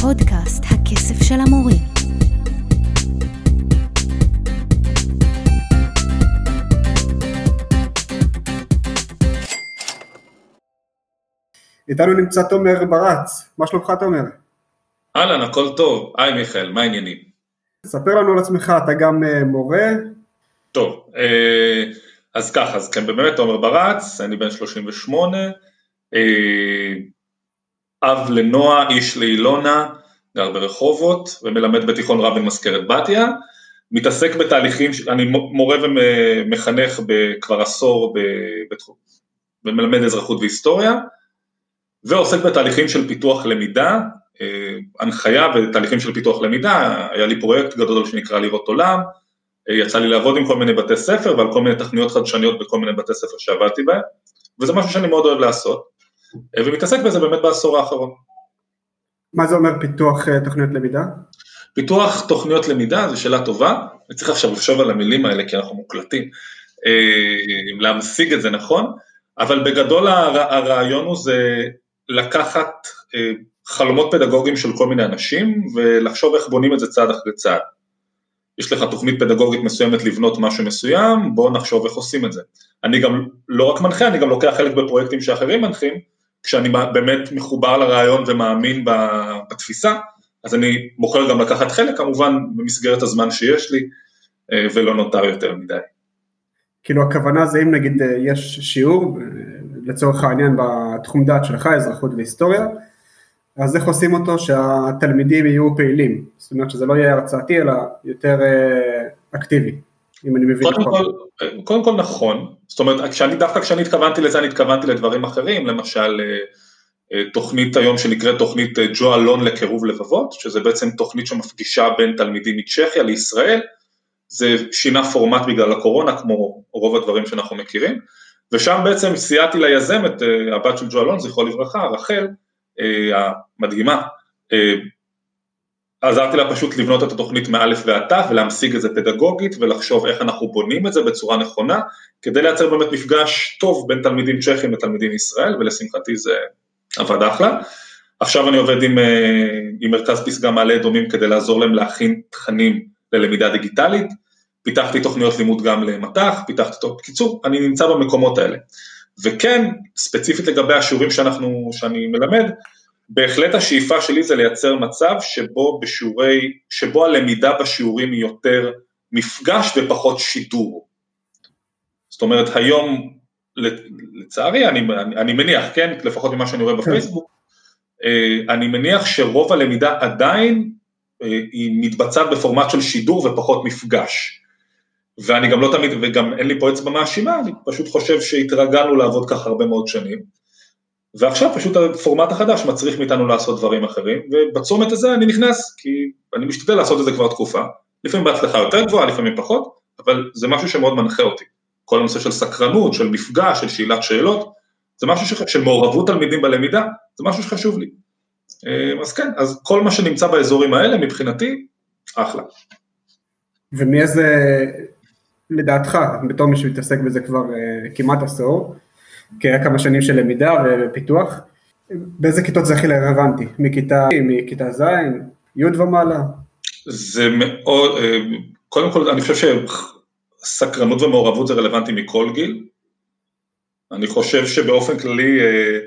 פודקאסט הכסף של המורים. איתנו נמצא תומר ברץ. מה שלומך תומר? אהלן, הכל טוב. היי מיכאל, מה העניינים? ספר לנו על עצמך, אתה גם מורה? טוב, אז ככה, אז כן באמת תומר ברץ, אני בן 38, אב לנועה, איש לאילונה, גר ברחובות, ומלמד בתיכון רבין מזכרת בתיה, מתעסק בתהליכים, אני מורה ומחנך כבר עשור בתחום, ומלמד אזרחות והיסטוריה, ועוסק בתהליכים של פיתוח למידה, הנחיה ותהליכים של פיתוח למידה, היה לי פרויקט גדול שנקרא לראות עולם, יצא לי לעבוד עם כל מיני בתי ספר, ועל כל מיני תכניות חדשניות בכל מיני בתי ספר שעבדתי בהם, וזה משהו שאני מאוד אוהב לעשות, ומתעסק בזה באמת בעשור האחרון. מה זה אומר פיתוח תוכניות למידה? פיתוח תוכניות למידה, זו שאלה טובה, אני צריך עכשיו לחשוב על המילים האלה, כי אנחנו מוקלטים, להמשיג את זה נכון, אבל בגדול הרעיון הוא זה לקחת חלומות פדגוגיים של כל מיני אנשים, ולחשוב איך בונים את זה צעד אחרי צעד. יש לך תוכנית פדגוגית מסוימת לבנות משהו מסוים, בואו נחשוב איך עושים את זה. אני גם לא רק מנחה, אני גם לוקח חלק בפרויקטים שאחרים מנחים, כשאני באמת מחובר לרעיון ומאמין בתפיסה, אז אני בוחר גם לקחת חלק, כמובן במסגרת הזמן שיש לי, ולא נותר יותר מדי. כאילו הכוונה זה אם נגיד יש שיעור, לצורך העניין בתחום דעת שלך, אזרחות והיסטוריה, אז איך עושים אותו שהתלמידים יהיו פעילים? זאת אומרת שזה לא יהיה הרצאתי, אלא יותר אקטיבי, אם אני מבין נכון. קודם כל נכון, זאת אומרת, דווקא כשאני התכוונתי לזה, אני התכוונתי לדברים אחרים, למשל תוכנית היום שנקראת תוכנית ג'ו אלון לקירוב לבבות, שזה בעצם תוכנית שמפגישה בין תלמידים מצ'כיה לישראל, זה שינה פורמט בגלל הקורונה, כמו רוב הדברים שאנחנו מכירים, ושם בעצם סייעתי ליזמת, הבת של ג'ו אלון, זכרו לברכה, רחל, המדהימה, עזרתי לה פשוט לבנות את התוכנית מאלף ועד תף, ולהמשיג את זה פדגוגית, ולחשוב איך אנחנו בונים את זה בצורה נכונה, כדי לייצר באמת מפגש טוב בין תלמידים צ'כים לתלמידים ישראל, ולשמחתי זה עבד אחלה. עכשיו אני עובד עם מרכז פסגה מעלה אדומים, כדי לעזור להם להכין תכנים ללמידה דיגיטלית, פיתחתי תוכניות לימוד גם למתח, בקיצור, אני נמצא במקומות האלה. וכן, ספציפית לגבי השיעורים שאני מלמד, בהחלט השאיפה שלי זה לייצר מצב שבו הלמידה בשיעורים היא יותר מפגש ופחות שידור. זאת אומרת, היום, לצערי, אני מניח, כן, לפחות ממה שאני רואה בפייסבוק, אני מניח שרוב הלמידה עדיין היא מתבצעת בפורמט של שידור ופחות מפגש. ואני גם לא תמיד, וגם אין לי פה אצבע מאשימה, אני פשוט חושב שהתרגלנו לעבוד כך הרבה מאוד שנים, ועכשיו פשוט הפורמט החדש מצריך מאיתנו לעשות דברים אחרים, ובצומת הזה אני נכנס, כי אני משתדל לעשות את זה כבר תקופה, לפעמים בהצלחה יותר גבוהה, לפעמים פחות, אבל זה משהו שמאוד מנחה אותי. כל הנושא של סקרנות, של מפגש, של שאלת שאלות, זה משהו של מעורבות תלמידים בלמידה, זה משהו שחשוב לי. אז כן, אז כל מה שנמצא באזורים האלה, מבחינתי, אחלה. ומאיזה, לדעתך, בתור מי שמתעסק בזה כבר כמעט עשור, כי היה כמה שנים של למידה ופיתוח, באיזה כיתות זה הכי רלוונטי? מכיתה ז', י' ומעלה? זה מאוד, קודם כל אני חושב שסקרנות ומעורבות זה רלוונטי מכל גיל, אני חושב שבאופן כללי,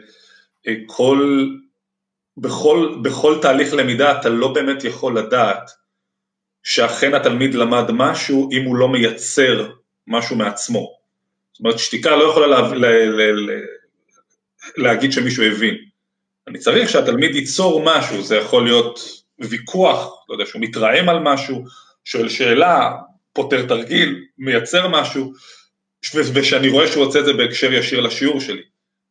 בכל תהליך למידה אתה לא באמת יכול לדעת, שאכן התלמיד למד משהו אם הוא לא מייצר משהו מעצמו. זאת אומרת, שתיקה לא יכולה להגיד שמישהו הבין. אני צריך שהתלמיד ייצור משהו, זה יכול להיות ויכוח, לא יודע, שהוא מתרעם על משהו, שואל שאלה, פותר תרגיל, מייצר משהו, ושאני רואה שהוא רוצה את זה בהקשר ישיר לשיעור שלי.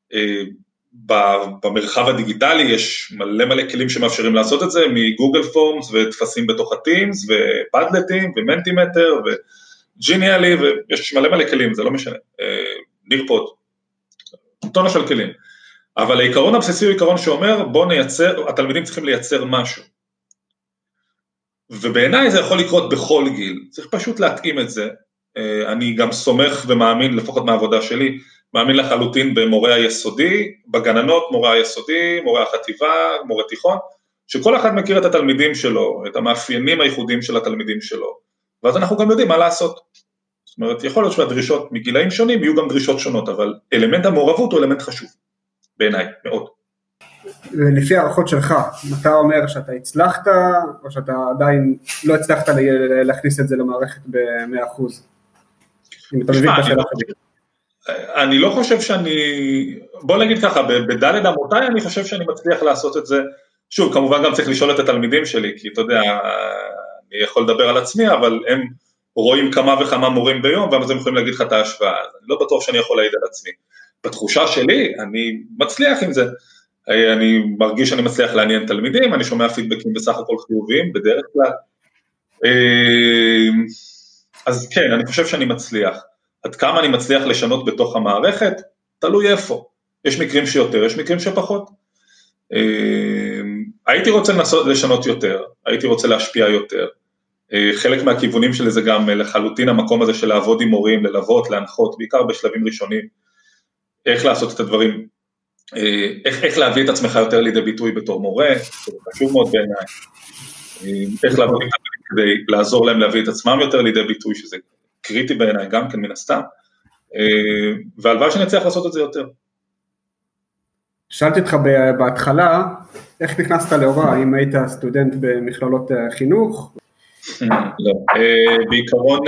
במרחב הדיגיטלי יש מלא כלים שמאפשרים לעשות את זה, מגוגל פורמס ותפסים בתוך הטימס, ופדלטים, ומנטימטר, וג'יניאלי, ויש מלא כלים, זה לא משנה, נירפוד, טונה של כלים. אבל העיקרון הבסיסי הוא עיקרון שאומר, בוא נייצר, התלמידים צריכים לייצר משהו. ובעיניי זה יכול לקרות בכל גיל, צריך פשוט להתאים את זה, אני גם סומך ומאמין, לפחות מהעבודה שלי, מאמין לחלוטין במורה היסודי, בגננות, מורה היסודי, מורה החטיבה, מורה תיכון, שכל אחד מכיר את התלמידים שלו, את המאפיינים הייחודיים של התלמידים שלו, ואז אנחנו גם יודעים מה לעשות. זאת אומרת, יכול להיות שהדרישות מגילאים שונים יהיו גם דרישות שונות, אבל אלמנט המעורבות הוא אלמנט חשוב, בעיניי, מאוד. ולפי הערכות שלך, אתה אומר שאתה הצלחת, או שאתה עדיין לא הצלחת להכניס את זה למערכת ב-100%? אם אתה מבין את השאלה שלי. אני לא חושב שאני, בוא נגיד ככה, בדלת אמותיי אני חושב שאני מצליח לעשות את זה, שוב, כמובן גם צריך לשאול את התלמידים שלי, כי אתה יודע, אני יכול לדבר על עצמי, אבל הם רואים כמה וכמה מורים ביום, ואז הם יכולים להגיד לך את ההשוואה, אני לא בטוח שאני יכול להעיד על עצמי. בתחושה שלי, אני מצליח עם זה, אני מרגיש שאני מצליח לעניין תלמידים, אני שומע פידבקים בסך הכל חיוביים, בדרך כלל. אז כן, אני חושב שאני מצליח. עד כמה אני מצליח לשנות בתוך המערכת, תלוי איפה. יש מקרים שיותר, יש מקרים שפחות. הייתי רוצה לשנות יותר, הייתי רוצה להשפיע יותר. חלק מהכיוונים שלי זה גם לחלוטין המקום הזה של לעבוד עם מורים, ללוות, להנחות, בעיקר בשלבים ראשונים. איך לעשות את הדברים, איך להביא את עצמך יותר לידי ביטוי בתור מורה, זה חשוב מאוד בעיניי. איך לעבוד עם תלמידים כדי לעזור להם להביא את עצמם יותר לידי ביטוי, שזה קריטי בעיניי גם כן מן הסתם, והלוואי שאני אצליח לעשות את זה יותר. שאלתי אותך בהתחלה, איך נכנסת להוראה, אם היית סטודנט במכללות חינוך? לא, בעיקרון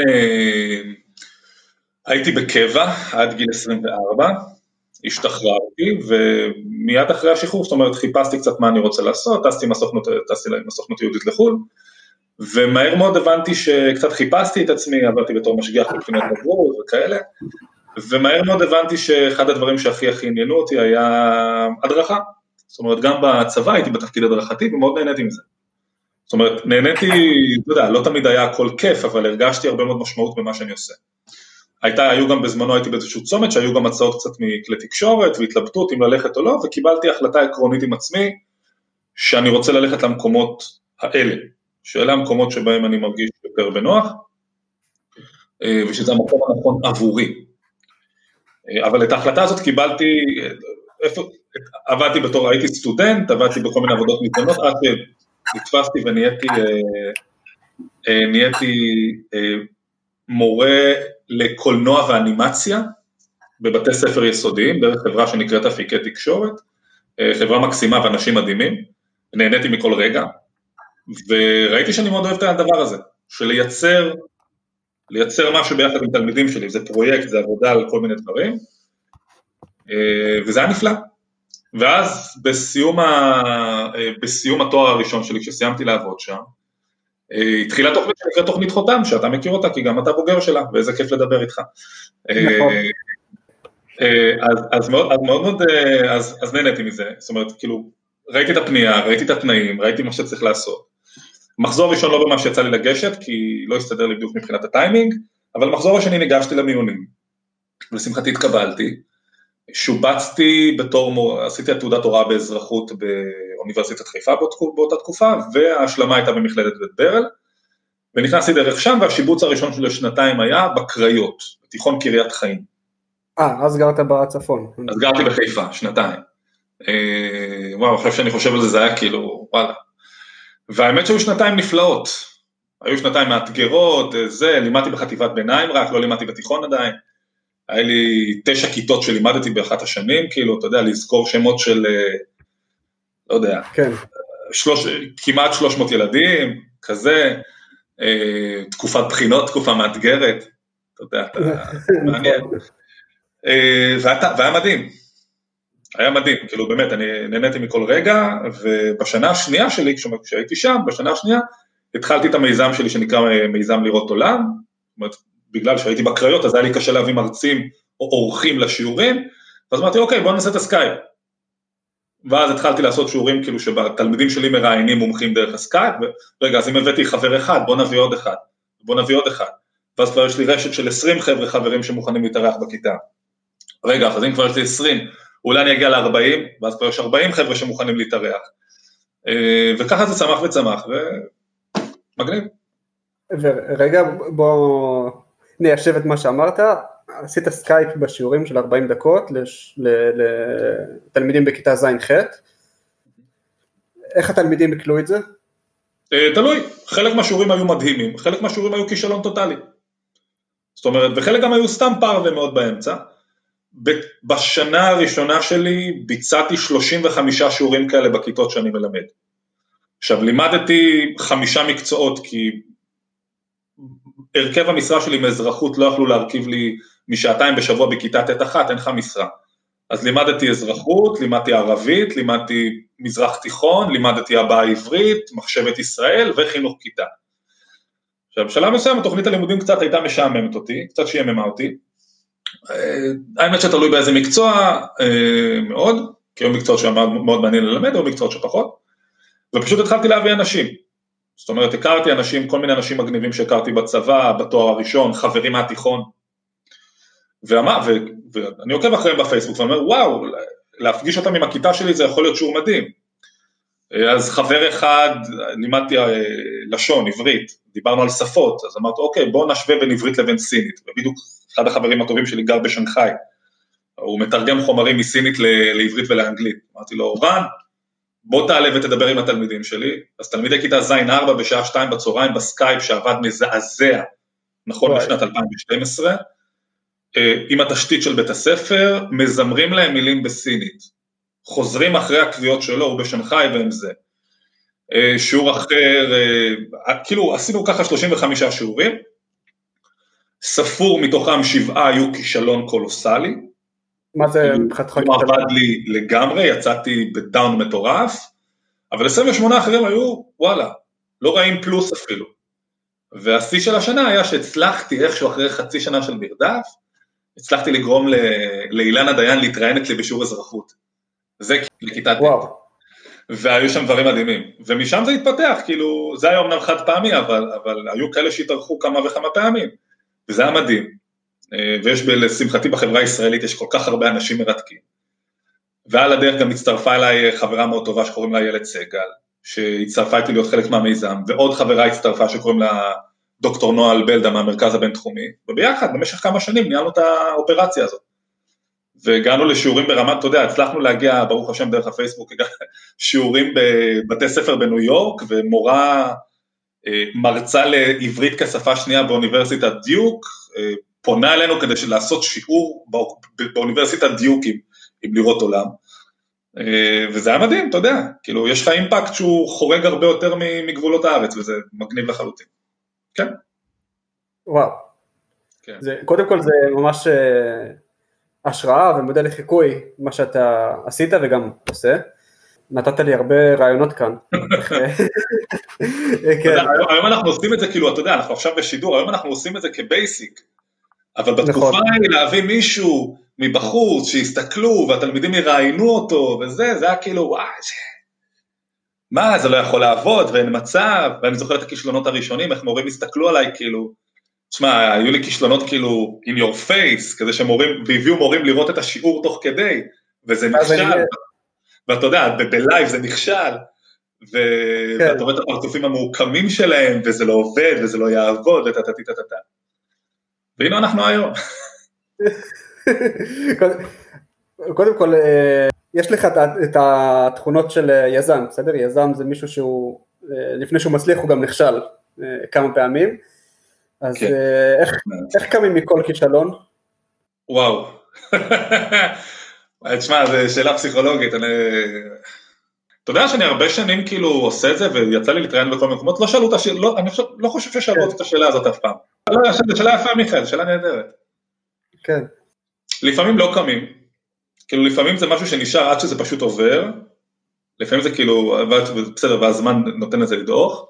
הייתי בקבע עד גיל 24, השתחררתי, ומיד אחרי השחרור, זאת אומרת, חיפשתי קצת מה אני רוצה לעשות, טסתי עם הסוכנות יהודית לחו"ל, ומהר מאוד הבנתי שקצת חיפשתי את עצמי, עברתי בתור משגיח בבחינות בגרות וכאלה, ומהר מאוד הבנתי שאחד הדברים שהכי עניינו אותי היה הדרכה, זאת אומרת, גם בצבא הייתי בתפקיד הדרכתי, ומאוד נהניתי מזה. זאת אומרת, נהניתי, אתה יודע, לא תמיד היה הכל כיף, אבל הרגשתי הרבה מאוד משמעות במה שאני עושה. היו גם בזמנו, הייתי באיזשהו צומת, שהיו גם הצעות קצת מכלי תקשורת, והתלבטות אם ללכת או לא, וקיבלתי החלטה עקרונית עם עצמי, שאני רוצה ללכת למקומות האלה, שאלה המקומות שבהם אני מרגיש יותר בנוח, ושזה המקום הנכון עבורי. אבל את ההחלטה הזאת קיבלתי, עבדתי בתור, הייתי סטודנט, עבדתי בכל מיני עבודות ניתנות, עד שנתפסתי ונהייתי מורה לקולנוע ואנימציה, בבתי ספר יסודיים, דרך חברה שנקראת אפיקי תקשורת, חברה מקסימה ואנשים מדהימים, נהניתי מכל רגע, וראיתי שאני מאוד אוהב את הדבר הזה, של לייצר משהו ביחד עם תלמידים שלי, זה פרויקט, זה עבודה על כל מיני דברים, וזה היה נפלא. ואז בסיום התואר הראשון שלי, כשסיימתי לעבוד שם, התחילה תוכנית שנקראת תוכנית חותם, שאתה מכיר אותה, כי גם אתה בוגר שלה, ואיזה כיף לדבר איתך. אז נהניתי מזה, זאת אומרת, כאילו, ראיתי את הפנייה, ראיתי את התנאים, ראיתי מה שצריך לעשות. מחזור ראשון לא במה שיצא לי לגשת, כי לא הסתדר לי בדיוק מבחינת הטיימינג, אבל מחזור השני ניגשתי למיונים, ולשמחתי התקבלתי, שובצתי עשיתי תעודת הוראה באזרחות באוניברסיטת חיפה באותה תקופה, וההשלמה הייתה במכללת בית ברל, ונכנסתי דרך שם, והשיבוץ הראשון של שנתיים היה בקריות, בתיכון קריית חיים. אז גרת בצפון. אז גרתי בחיפה, שנתיים. וואו, אחרי שאני חושב על זה, זה היה כאילו, וואלה. והאמת שהיו שנתיים נפלאות, היו שנתיים מאתגרות, לימדתי בחטיבת ביניים רק, לא לימדתי בתיכון עדיין, היה לי 9 כיתות שלימדתי באחת השנים, כאילו, אתה יודע, לזכור שמות של, לא יודע, כן. כמעט 300 ילדים, כזה, תקופת בחינות, תקופה מאתגרת, אתה יודע, מעניין. והיה מדהים, היה מדהים, כאילו באמת, אני נהניתי מכל רגע, ובשנה השנייה שלי, כשהייתי שם, בשנה השנייה, התחלתי את המיזם שלי שנקרא מיזם לראות עולם, זאת אומרת, בגלל שהייתי בקריות, אז היה לי קשה להביא מרצים או אורחים לשיעורים, אז אמרתי, אוקיי, בוא נעשה את הסקייפ. ואז התחלתי לעשות שיעורים כאילו שבתלמידים שלי מראיינים מומחים דרך הסקייפ, ורגע, אז אם הבאתי חבר אחד, בוא נביא עוד אחד, ואז כבר יש לי רשת של 20 חברים שמוכנים להתארח בכיתה. רגע, אז אם כבר יש לי 20, אולי אני אגיע ל-40, ואז כבר יש 40 חבר'ה שמוכנים להתארח. וככה זה צמח וצמח, ומגניב. ורגע, בוא ניישב את מה שאמרת, עשית סקייפ בשיעורים של 40 דקות לתלמידים בכיתה ז'-ח'. איך התלמידים יקלו את זה? תלוי, חלק מהשיעורים היו מדהימים, חלק מהשיעורים היו כישלון טוטלי. זאת אומרת, וחלק גם היו סתם פרווה מאוד באמצע. בשנה הראשונה שלי ביצעתי 35 שיעורים כאלה בכיתות שאני מלמד. עכשיו, לימדתי 5 מקצועות, כי הרכב המשרה שלי מאזרחות לא יכלו להרכיב לי משעתיים בשבוע בכיתה ט'1, אין לך משרה. אז לימדתי אזרחות, לימדתי ערבית, לימדתי מזרח תיכון, לימדתי הבאה עברית, מחשבת ישראל וחינוך כיתה. עכשיו, בשלב מסוים, תוכנית הלימודים קצת הייתה משעממת אותי, קצת שיממה אותי. האמת שתלוי באיזה מקצוע מאוד, כי היו מקצועות שמאוד מעניין ללמד, או מקצועות שפחות, ופשוט התחלתי להביא אנשים. זאת אומרת, הכרתי אנשים, כל מיני אנשים מגניבים שהכרתי בצבא, בתואר הראשון, חברים מהתיכון, ואני עוקב אחריהם בפייסבוק, ואומר, וואו, להפגיש אותם עם הכיתה שלי, זה יכול להיות שיעור מדהים. אז חבר אחד, לימדתי לשון, עברית, דיברנו על שפות, אז אמרתי, אוקיי, בואו נשווה בין עברית לבין סינית, ובדיוק אחד החברים הטובים שלי גר בשנגחאי, הוא מתרגם חומרים מסינית לעברית ולאנגלית, אמרתי לו, רן, בוא תעלה ותדבר עם התלמידים שלי, אז תלמידי כיתה זין 4 בשעה 2 בצהריים בסקייפ שעבד מזעזע, נכון בשנת 2012, עם התשתית של בית הספר, מזמרים להם מילים בסינית, חוזרים אחרי הקביעות שלו, הוא בשנגחאי והם זה. שיעור אחר, כאילו עשינו ככה 35 שיעורים, ספור מתוכם 7 היו כישלון קולוסלי, מה זה מבחינתך כישלון? הוא עבד לי לגמרי, יצאתי בדאון מטורף, אבל 28 אחרים היו, וואלה, לא רעים פלוס אפילו. והשיא של השנה היה שהצלחתי איכשהו אחרי חצי שנה של מרדף, הצלחתי לגרום לאילנה דיין להתראיין אצלי בשיעור אזרחות. זה לכיתה ט'. והיו שם דברים מדהימים. ומשם זה התפתח, כאילו, זה היה אומנם חד פעמי, אבל היו כאלה שהתארחו כמה וכמה פעמים. וזה היה מדהים. ויש לשמחתי בחברה הישראלית, יש כל כך הרבה אנשים מרתקים. ועל הדרך גם הצטרפה אליי חברה מאוד טובה שקוראים לה איילת סגל, שהצטרפה איתי להיות חלק מהמיזם, ועוד חברה הצטרפה שקוראים לה דוקטור נועה בלדה מהמרכז הבינתחומי, וביחד במשך כמה שנים ניהלנו את האופרציה הזאת. והגענו לשיעורים ברמת, אתה יודע, הצלחנו להגיע, ברוך השם דרך הפייסבוק, שיעורים בבתי ספר בניו יורק, ומורה מרצה לעברית כשפה שנייה באוניברסיטת דיוק, פונה אלינו כדי לעשות שיעור באוניברסיטת דיוקים, עם לראות עולם, וזה היה מדהים, אתה יודע, כאילו יש לך אימפקט שהוא חורג הרבה יותר מגבולות הארץ, וזה מגניב לחלוטין. כן. וואו. כן. קודם כל זה ממש השראה ומודל לחיקוי, מה שאתה עשית וגם עושה. נתת לי הרבה רעיונות כאן. היום אנחנו עושים את זה, כאילו, אתה יודע, אנחנו עכשיו בשידור, היום אנחנו עושים את זה כבייסיק, אבל בתקופה היא להביא מישהו מבחוץ שיסתכלו, והתלמידים יראיינו אותו, וזה, זה היה כאילו, וואי, מה, זה לא יכול לעבוד, ואין מצב, ואני זוכר את הכישלונות הראשונים, איך מורים הסתכלו עליי, כאילו, תשמע, היו לי כישלונות כאילו, in your face, כזה שמורים, והביאו מורים לראות את השיעור תוך כדי, וזה נכשל, ואתה יודע, בלייב זה נכשל, ואתה רואה את הפרצופים המורכמים שלהם, וזה לא עובד, וזה לא יעבוד, וטטטטטטט. והנה אנחנו היום. קודם כל, יש לך את התכונות של יזם, בסדר? יזם זה מישהו שהוא, לפני שהוא מצליח הוא גם נכשל כמה פעמים, אז איך קמים מכל כישלון? וואו. תשמע, זו שאלה פסיכולוגית, אתה יודע שאני הרבה שנים כאילו עושה את זה, ויצא לי להתראיין בכל מקומות, לא שאלו את השאלה, אני לא חושב ששאלו את השאלה הזאת אף פעם. לא, זו שאלה יפה מיכאל, שאלה נהדרת. כן. לפעמים לא קמים, כאילו לפעמים זה משהו שנשאר עד שזה פשוט עובר, לפעמים זה כאילו, בסדר, והזמן נותן לזה לדוח,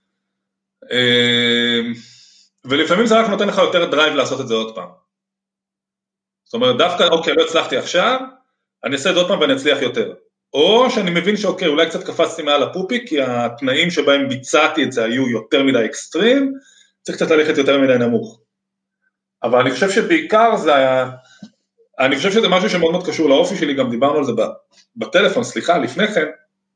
ולפעמים זה רק נותן לך יותר דרייב לעשות את זה עוד פעם. זאת אומרת, דווקא, אוקיי, לא הצלחתי עכשיו, אני אעשה את זה עוד פעם ואני אצליח יותר. או שאני מבין שאוקיי, אולי קצת קפצתי מעל הפופי, כי התנאים שבהם ביצעתי את זה היו יותר מדי אקסטרים, צריך קצת ללכת יותר מדי נמוך. אבל אני חושב שבעיקר זה היה, אני חושב שזה משהו שמאוד מאוד קשור לאופי שלי, גם דיברנו על זה בטלפון, סליחה, לפני כן.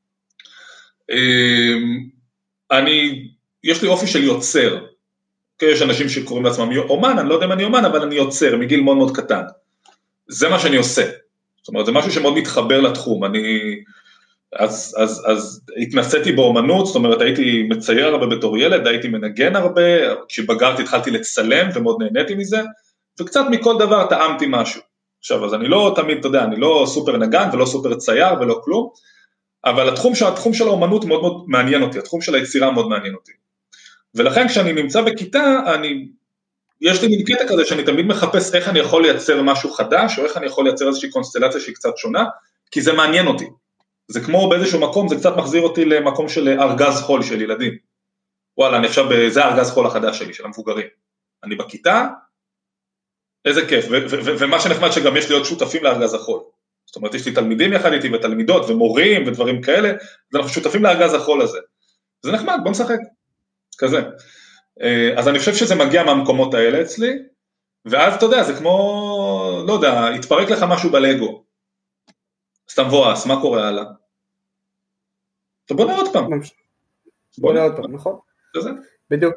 יש לי אופי של יוצר, יש אנשים שקוראים לעצמם אומן, אני לא יודע אם אני אומן, אבל אני יוצר מגיל מאוד מאוד קטן. זה מה שאני עושה. זאת אומרת, זה משהו שמאוד מתחבר לתחום. אני אז התנסיתי באומנות, זאת אומרת הייתי מצייר הרבה בתור ילד, הייתי מנגן הרבה, כשבגרתי התחלתי לצלם ומאוד נהניתי מזה, וקצת מכל דבר טעמתי משהו. עכשיו, אז אני לא תמיד, אתה יודע, אני לא סופר נגן ולא סופר צייר ולא כלום, אבל התחום של האומנות מאוד מאוד מעניין אותי, התחום של היצירה מאוד מעניין אותי. ולכן כשאני נמצא בכיתה, יש לי מין קטע כזה שאני תמיד מחפש איך אני יכול לייצר משהו חדש, או איך אני יכול לייצר איזושהי קונסטלציה שהיא קצת שונה, כי זה מעניין אותי. זה כמו באיזשהו מקום, זה קצת מחזיר אותי למקום של ארגז חול של ילדים. וואלה, אני עכשיו, זה הארגז חול החדש שלי, של המבוגרים. אני בכיתה, איזה כיף, ומה שנחמד שגם יש לי עוד שותפים לארגז החול. זאת אומרת, יש לי תלמידים יחד איתי, ותלמידות, ומורים, ודברים כאלה, ואנחנו שותפים לארגז החול הזה. זה נחמד, בוא נשחק. כזה. אז אני חושב שזה מגיע מהמקומות האלה אצלי, ואז אתה יודע, זה כמו, לא יודע, התפרק לך משהו בלגו. סתם בואס, מה קורה הלאה? אתה בוא נראה עוד פעם. בוא נראה עוד פעם, נכון. זה. בדיוק,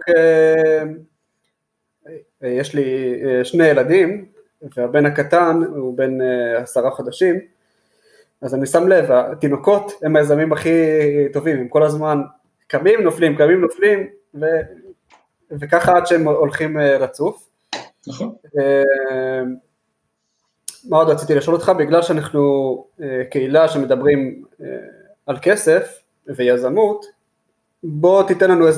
יש לי 2 ילדים, והבן הקטן הוא בן 10 חודשים, אז אני שם לב, התינוקות הם היזמים הכי טובים, הם כל הזמן קמים, נופלים, וככה עד שהם הולכים רצוף. נכון. מה עוד רציתי לשאול אותך, בגלל שאנחנו קהילה שמדברים על כסף ויזמות, בוא תיתן לנו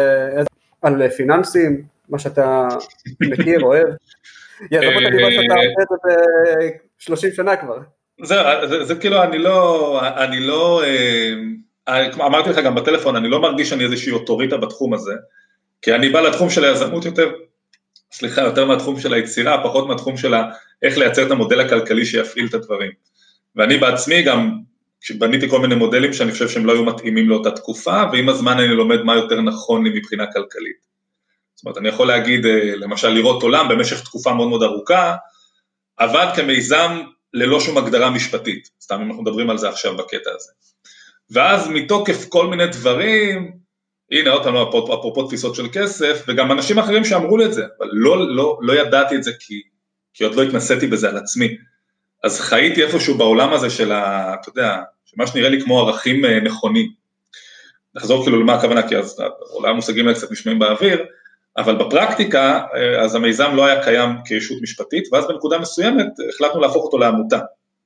על פיננסים, מה שאתה מכיר, אוהב. יזמות אני רואה שאתה עושה את זה ב-30 שנה כבר. זה כאילו, אני לא, אמרתי לך גם בטלפון, אני לא מרגיש שאני איזושהי אוטוריטה בתחום הזה, כי אני בא לתחום של היזמות יותר מהתחום של היצירה, פחות מהתחום של איך לייצר את המודל הכלכלי שיפעיל את הדברים. ואני בעצמי גם, כשבניתי כל מיני מודלים שאני חושב שהם לא היו מתאימים לאותה תקופה, ועם הזמן אני לומד מה יותר נכון לי מבחינה כלכלית. זאת אומרת, אני יכול להגיד, למשל, לראות עולם במשך תקופה מאוד מאוד ארוכה, עבד כמיזם ללא שום הגדרה משפטית, סתם אם אנחנו מדברים על זה עכשיו בקטע הזה. ואז מתוקף כל מיני דברים, הנה עוד פעם אפרופו תפיסות של כסף, וגם אנשים אחרים שאמרו לי את זה, אבל לא ידעתי את זה כי עוד לא התנסיתי בזה על עצמי. אז חייתי איפשהו בעולם הזה של אתה יודע, שמה שנראה לי כמו ערכים נכונים. נחזור כאילו למה הכוונה, כי אז אולי המושגים האלה קצת נשמעים באוויר, אבל בפרקטיקה, אז המיזם לא היה קיים כישות משפטית, ואז בנקודה מסוימת החלטנו להפוך אותו לעמותה.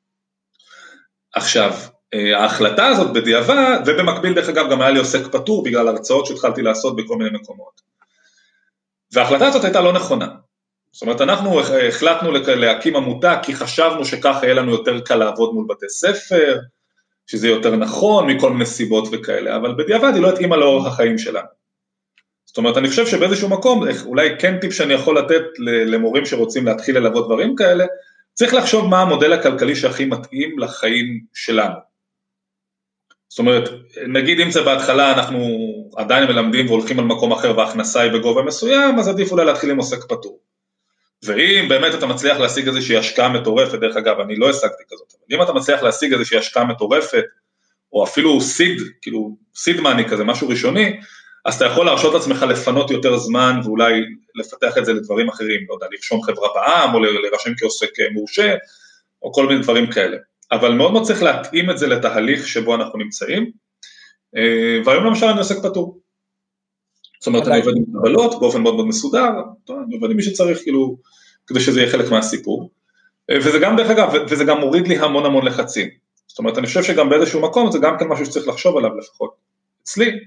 עכשיו, ההחלטה הזאת בדיעבד, ובמקביל דרך אגב גם היה לי עוסק פטור, בגלל הרצאות שהתחלתי לעשות בכל מיני מקומות. וההחלטה הזאת הייתה לא נכונה. זאת אומרת, אנחנו החלטנו להקים עמותה, כי חשבנו שככה יהיה לנו יותר קל לעבוד מול בתי ספר, שזה יותר נכון מכל מיני סיבות וכאלה, אבל בדיעבד היא לא התאימה לאורך החיים שלנו. זאת אומרת, אני חושב שבאיזשהו מקום, אולי כן טיפ שאני יכול לתת למורים שרוצים להתחיל ללוות דברים כאלה, צריך לחשוב מה המודל הכלכלי שהכי מתאים לחיים שלנו. זאת אומרת, נגיד אם זה בהתחלה אנחנו עדיין מלמדים והולכים על מקום אחר וההכנסה היא בגובה מסוים, אז עדיף אולי להתחיל עם עוסק פטור. ואם באמת אתה מצליח להשיג איזושהי השקעה מטורפת, דרך אגב, אני לא השגתי כזאת, אבל אם אתה מצליח להשיג איזושהי השקעה מטורפת, או אפילו סיד מאני כזה, משהו ראשוני, אז אתה יכול להרשות לעצמך לפנות יותר זמן, ואולי לפתח את זה לדברים אחרים, לא יודע, לרשום חברה בעם, או לרשם כעוסק מורשה, או כל מיני דברים כאלה. אבל מאוד מאוד צריך להתאים את זה לתהליך שבו אנחנו נמצאים, והיום למשל אני עוסק פטור. זאת אומרת, אני עובד עם קבלות, באופן מאוד מאוד מסודר, אני עובד עם מי שצריך, כאילו, כדי שזה יהיה חלק מהסיפור. וזה גם, דרך אגב, וזה גם מוריד לי המון המון לחצים. זאת אומרת, אני חושב שגם באיזשהו מקום, זה גם כן משהו שצריך לחשוב עליו לפחות. אצלי,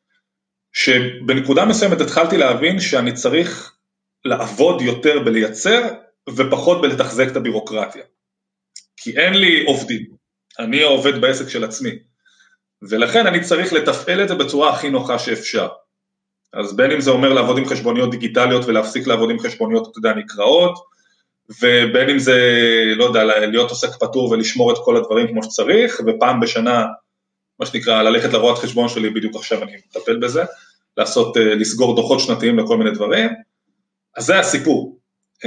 שבנקודה מסוימת התחלתי להבין שאני צריך לעבוד יותר בלייצר, ופחות בלתחזק את הבירוקרטיה. כי אין לי עובדים, אני עובד בעסק של עצמי, ולכן אני צריך לתפעל את זה בצורה הכי נוחה שאפשר. אז בין אם זה אומר לעבוד עם חשבוניות דיגיטליות, ולהפסיק לעבוד עם חשבוניות, אתה יודע, נקראות, ובין אם זה, לא יודע, להיות עוסק פטור ולשמור את כל הדברים כמו שצריך, ופעם בשנה, מה שנקרא, ללכת לרואת חשבון שלי, בדיוק עכשיו אני מטפל בזה, לסגור דוחות שנתיים לכל מיני דברים, אז זה הסיפור.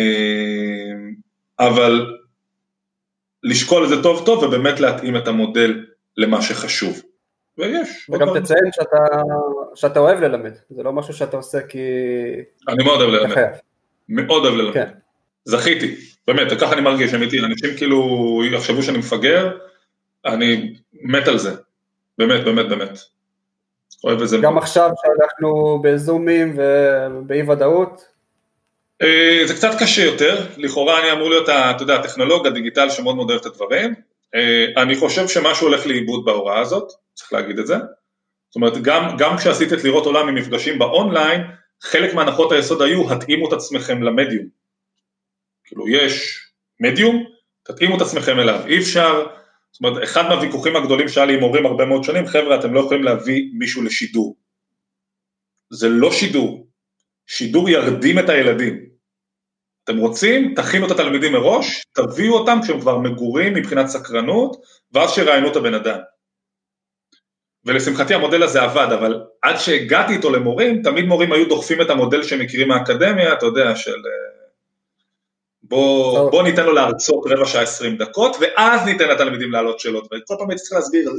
אבל לשקול את זה טוב טוב, ובאמת להתאים את המודל למה שחשוב. ויש. וגם תציין שאתה אוהב ללמד, זה לא משהו שאתה עושה כי... אני מאוד אוהב ללמד. מאוד אוהב ללמד. כן. זכיתי, באמת, ככה אני מרגיש, אמיתי, אנשים כאילו יחשבו שאני מפגר, אני מת על זה. באמת, באמת, באמת. אוהב את זה. גם עכשיו שאנחנו בזומים ובאי ודאות? זה קצת קשה יותר, לכאורה אני אמור להיות, אתה יודע, הטכנולוג, הדיגיטל שמאוד מאוד אוהב את הדברים. אני חושב שמשהו הולך לאיבוד בהוראה הזאת, צריך להגיד את זה. זאת אומרת, גם כשעשיתי את לראות עולם ממפגשים באונליין, חלק מהנחות היסוד היו, התאימו את עצמכם למדיום. כאילו, יש מדיום, תתאימו את עצמכם אליו. אי אפשר, זאת אומרת, אחד מהוויכוחים הגדולים שהיה לי עם הורים הרבה מאוד שנים, חבר'ה, אתם לא יכולים להביא מישהו לשידור. זה לא שידור. שידור ירדים את הילדים. אתם רוצים, תכינו את התלמידים מראש, תביאו אותם כשהם כבר מגורים מבחינת סקרנות, ואז שראיינו את הבן אדם. ולשמחתי המודל הזה עבד, אבל עד שהגעתי איתו למורים, תמיד מורים היו דוחפים את המודל שהם מכירים מהאקדמיה, אתה יודע, של בוא ניתן לו להרצות רבע שעה 20 דקות, ואז ניתן לתלמידים לעלות שאלות, וכל פעם הייתי צריך להסביר,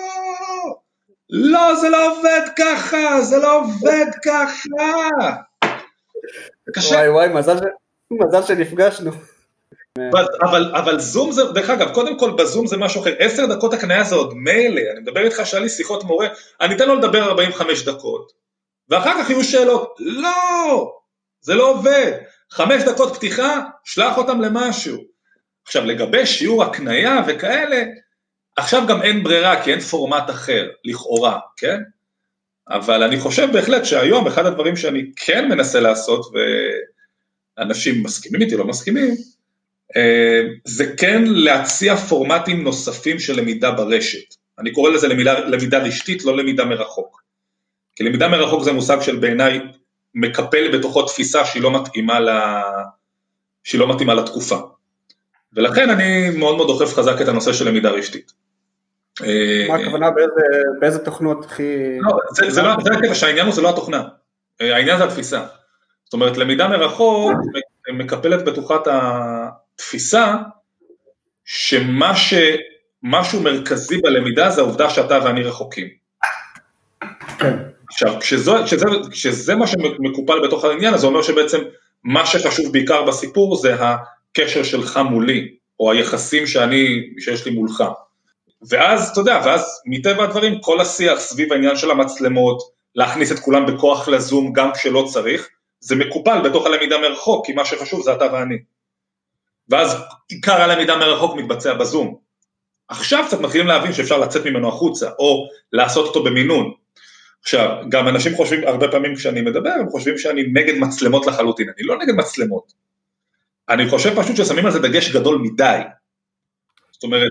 לא, זה לא עובד ככה, זה לא עובד ככה. וואי, מזל שנפגשנו. אבל זום זה, דרך אגב, קודם כל בזום זה משהו אחר, 10 דקות הקניה זה עוד מילא, אני מדבר איתך שהיה לי שיחות מורה, אני אתן לו לדבר 45 דקות, ואחר כך יהיו שאלות, לא, זה לא עובד, 5 דקות פתיחה, שלח אותם למשהו. עכשיו לגבי שיעור הקניה וכאלה, עכשיו גם אין ברירה, כי אין פורמט אחר, לכאורה, כן? אבל אני חושב בהחלט שהיום, אחד הדברים שאני כן מנסה לעשות, ואנשים מסכימים איתי, לא מסכימים, זה כן להציע פורמטים נוספים של למידה ברשת. אני קורא לזה למידה רשתית, לא למידה מרחוק. כי למידה מרחוק זה מושג של בעיניי מקפל בתוכו תפיסה שהיא לא מתאימה לתקופה. ולכן אני מאוד מאוד דוחף חזק את הנושא של למידה רשתית. מה הכוונה באיזה תוכנות הכי... זה הקטע שהעניין זה לא התוכנה, העניין זה התפיסה. זאת אומרת, למידה מרחוק מקפלת בתוכת התפיסה, שמשהו מרכזי בלמידה זה העובדה שאתה ואני רחוקים. כן. עכשיו, כשזה מה שמקופל בתוך העניין, אז זה אומר שבעצם מה שחשוב בעיקר בסיפור זה הקשר שלך מולי, או היחסים שיש לי מולך. ואז, אתה יודע, ואז מטבע הדברים, כל השיח סביב העניין של המצלמות, להכניס את כולם בכוח לזום גם כשלא צריך, זה מקופל בתוך הלמידה מרחוק, כי מה שחשוב זה אתה ואני. ואז עיקר הלמידה מרחוק מתבצע בזום. עכשיו קצת מתחילים להבין שאפשר לצאת ממנו החוצה, או לעשות אותו במינון. עכשיו, גם אנשים חושבים, הרבה פעמים כשאני מדבר, הם חושבים שאני נגד מצלמות לחלוטין. אני לא נגד מצלמות. אני חושב פשוט ששמים על זה דגש גדול מדי. זאת אומרת,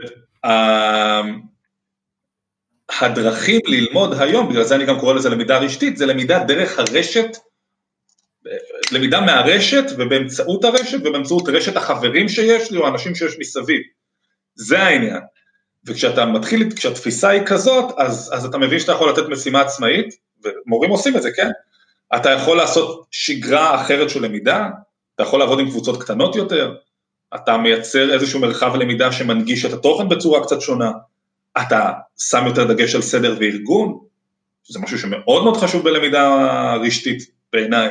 הדרכים ללמוד היום, בגלל זה אני גם קורא לזה למידה רשתית, זה למידה דרך הרשת, למידה מהרשת ובאמצעות הרשת, ובאמצעות רשת החברים שיש לי, או האנשים שיש מסביב. זה העניין. וכשאתה מתחיל, כשהתפיסה היא כזאת, אז אתה מבין שאתה יכול לתת משימה עצמאית, ומורים עושים את זה, כן? אתה יכול לעשות שגרה אחרת של למידה, אתה יכול לעבוד עם קבוצות קטנות יותר, אתה מייצר איזשהו מרחב למידה שמנגיש את התוכן בצורה קצת שונה, אתה שם יותר דגש על סדר וארגון, שזה משהו שמאוד מאוד חשוב בלמידה רשתית בעיניי,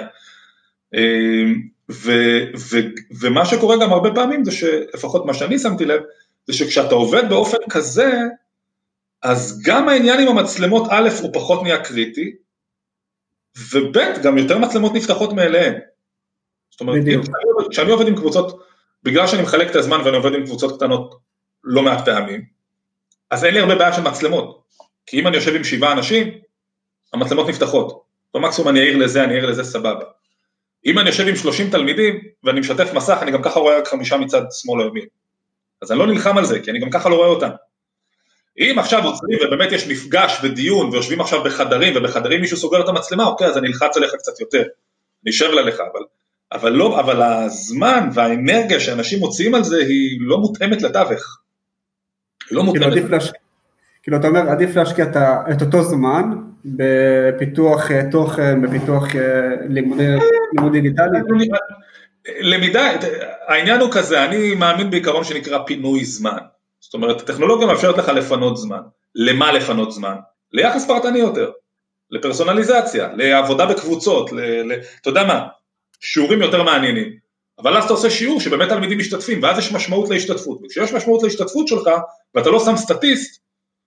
ומה שקורה גם הרבה פעמים, זה שלפחות מה שאני שמתי לב, זה שכשאתה עובד באופן כזה, אז גם העניין עם המצלמות א' הוא פחות נהיה קריטי, וב' גם יותר מצלמות נפתחות מאליהן. זאת אומרת, כשאני עובד עם קבוצות, בגלל שאני מחלק את הזמן ואני עובד עם קבוצות קטנות לא מעט פעמים, אז אין לי הרבה בעיה של מצלמות, כי אם אני יושב עם 7 אנשים, המצלמות נפתחות, במקסימום אני אעיר לזה סבבה. אם אני יושב עם 30 תלמידים, ואני משתף מסך, אני גם ככה רואה רק 5 מצד שמאל או ימין. אז אני לא נלחם על זה, כי אני גם ככה לא רואה אותם. אם עכשיו עוצרים ובאמת יש מפגש ודיון, ויושבים עכשיו בחדרים, ובחדרים מישהו סוגר את המצלמה, אוקיי, אז אני אלחץ עליך קצת יותר, נשאר עליך, אבל הזמן והאנרגיה שאנשים מוציאים על זה, היא לא מותאמת לתווך. היא לא מותאמת. כאילו אתה אומר, עדיף להשקיע את אותו זמן, בפיתוח תוכן, בפיתוח לימוד דיגיטלי? למידה, העניין הוא כזה, אני מאמין בעיקרון שנקרא פינוי זמן. זאת אומרת, הטכנולוגיה מאפשרת לך לפנות זמן. למה לפנות זמן? ליחס פרטני יותר, לפרסונליזציה, לעבודה בקבוצות, אתה יודע מה, שיעורים יותר מעניינים. אבל אז אתה עושה שיעור שבאמת תלמידים משתתפים, ואז יש משמעות להשתתפות. וכשיש משמעות להשתתפות שלך, ואתה לא שם סטטיסט,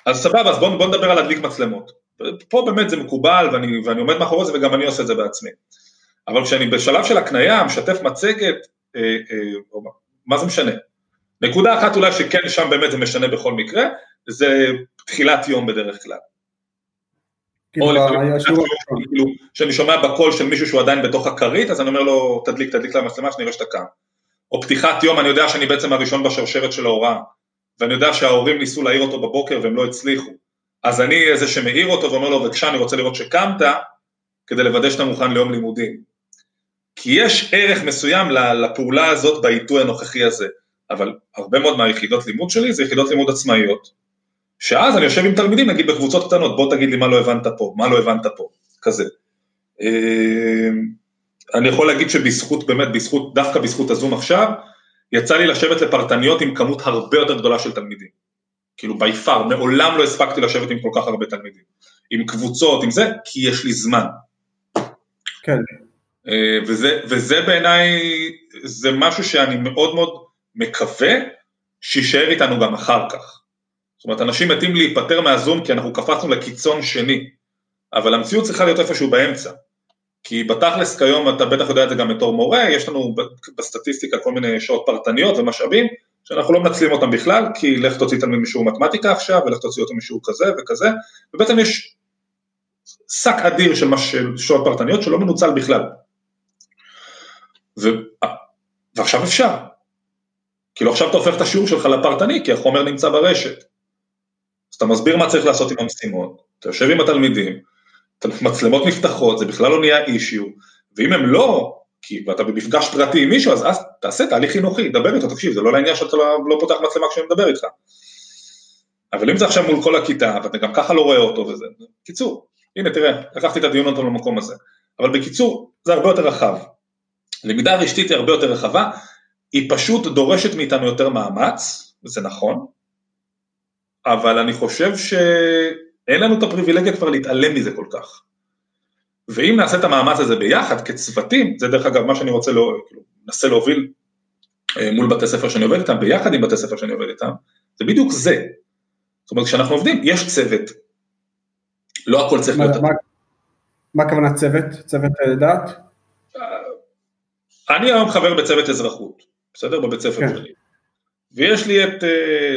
אז סבבה, אז בוא נדבר על להדליק מצלמות. פה באמת זה מקובל, ואני עומד מאחורי זה, וגם אני עושה את זה בעצמי. אבל כשאני בשלב של הקנייה, משתף מצגת, מה זה משנה? נקודה אחת אולי שכן שם באמת זה משנה בכל מקרה, זה תחילת יום בדרך כלל. או שאני שומע בקול של מישהו שהוא עדיין בתוך הכרית, אז אני אומר לו, תדליק למצלמה שנראה שאתה קם. או פתיחת יום, אני יודע שאני בעצם הראשון בשרשרת של ההוראה, ואני יודע שההורים ניסו להעיר אותו בבוקר והם לא הצליחו. אז אני איזה שמעיר אותו ואומר לו, בבקשה, אני רוצה לראות שקמת, כדי לוודא שאתה מוכן ליום לימודים. כי יש ערך מסוים לפעולה הזאת בעיתוי הנוכחי הזה, אבל הרבה מאוד מהיחידות לימוד שלי זה יחידות לימוד עצמאיות, שאז אני יושב עם תלמידים, נגיד בקבוצות קטנות, בוא תגיד לי מה לא הבנת פה, מה לא הבנת פה, כזה. אני יכול להגיד שבזכות, באמת, דווקא בזכות הזום עכשיו, יצא לי לשבת לפרטניות עם כמות הרבה יותר גדולה של תלמידים. כאילו ביפר, מעולם לא הספקתי לשבת עם כל כך הרבה תלמידים. עם קבוצות, עם זה, כי יש לי זמן. כן. וזה בעיניי, זה משהו שאני מאוד מאוד מקווה, שישאר איתנו גם אחר כך. זאת אומרת, אנשים מתים להיפטר מהזום, כי אנחנו קפצנו לקיצון שני. אבל המציאות צריכה להיות איפשהו באמצע. כי בתכלס כיום, אתה בטח יודע את זה גם בתור מורה, יש לנו בסטטיסטיקה כל מיני שעות פרטניות ומשאבים, שאנחנו לא מנצלים אותם בכלל, כי לך תוציא תלמיד משיעור מתמטיקה עכשיו, ולך תוציא אותו משיעור כזה וכזה, ובעצם יש שק אדיר של שעות פרטניות שלא מנוצל בכלל. ועכשיו אפשר. כאילו עכשיו אתה הופך את השיעור שלך לפרטני, כי החומר נמצא ברשת. אז אתה מסביר מה צריך לעשות עם המשימות, אתה יושב עם התלמידים, מצלמות נפתחות, זה בכלל לא נהיה אישיו, ואם הם לא, כי אתה במפגש פרטי עם מישהו, אז תעשה תהליך חינוכי, דבר איתו, תקשיב, זה לא לעניין שאתה לא פותח מצלמה כשאני מדבר איתך. אבל אם זה עכשיו מול כל הכיתה, ואתה גם ככה לא רואה אותו וזה, קיצור, הנה תראה, לקחתי את הדיון אותו למקום הזה, אבל בקיצור, זה הרבה יותר רחב. למידה רשתית היא הרבה יותר רחבה, היא פשוט דורשת מאיתנו יותר מאמץ, וזה נכון, אבל אני חושב שאין לנו את הפריבילגיה כבר להתעלם מזה כל כך. ואם נעשה את המאמץ הזה ביחד, כצוותים, זה דרך אגב מה שאני רוצה ננסה להוביל מול בתי ספר שאני עובד איתם, ביחד עם בתי ספר שאני עובד איתם, זה בדיוק זה. זאת אומרת, כשאנחנו עובדים, יש צוות. לא הכל צריך להיות. מה הכוונה צוות? צוות דעת? אני היום חבר בצוות אזרחות, בסדר? בבית ספר שלי. ויש לי את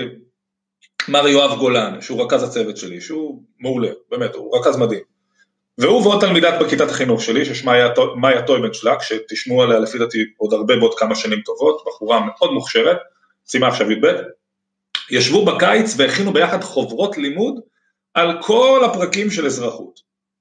מר יואב גולן, שהוא רכז הצוות שלי, שהוא מעולה, באמת, הוא רכז מדהים. והוא ועוד תלמידת בכיתת החינוך שלי, ששמה מאיה טויבנשלק, שתשמעו עליה לפי דעתי עוד הרבה בעוד כמה שנים טובות, בחורה מאוד מוכשרת, סיימה עכשיו י"ב, ישבו בקיץ והכינו ביחד חוברות לימוד, על כל הפרקים של אזרחות.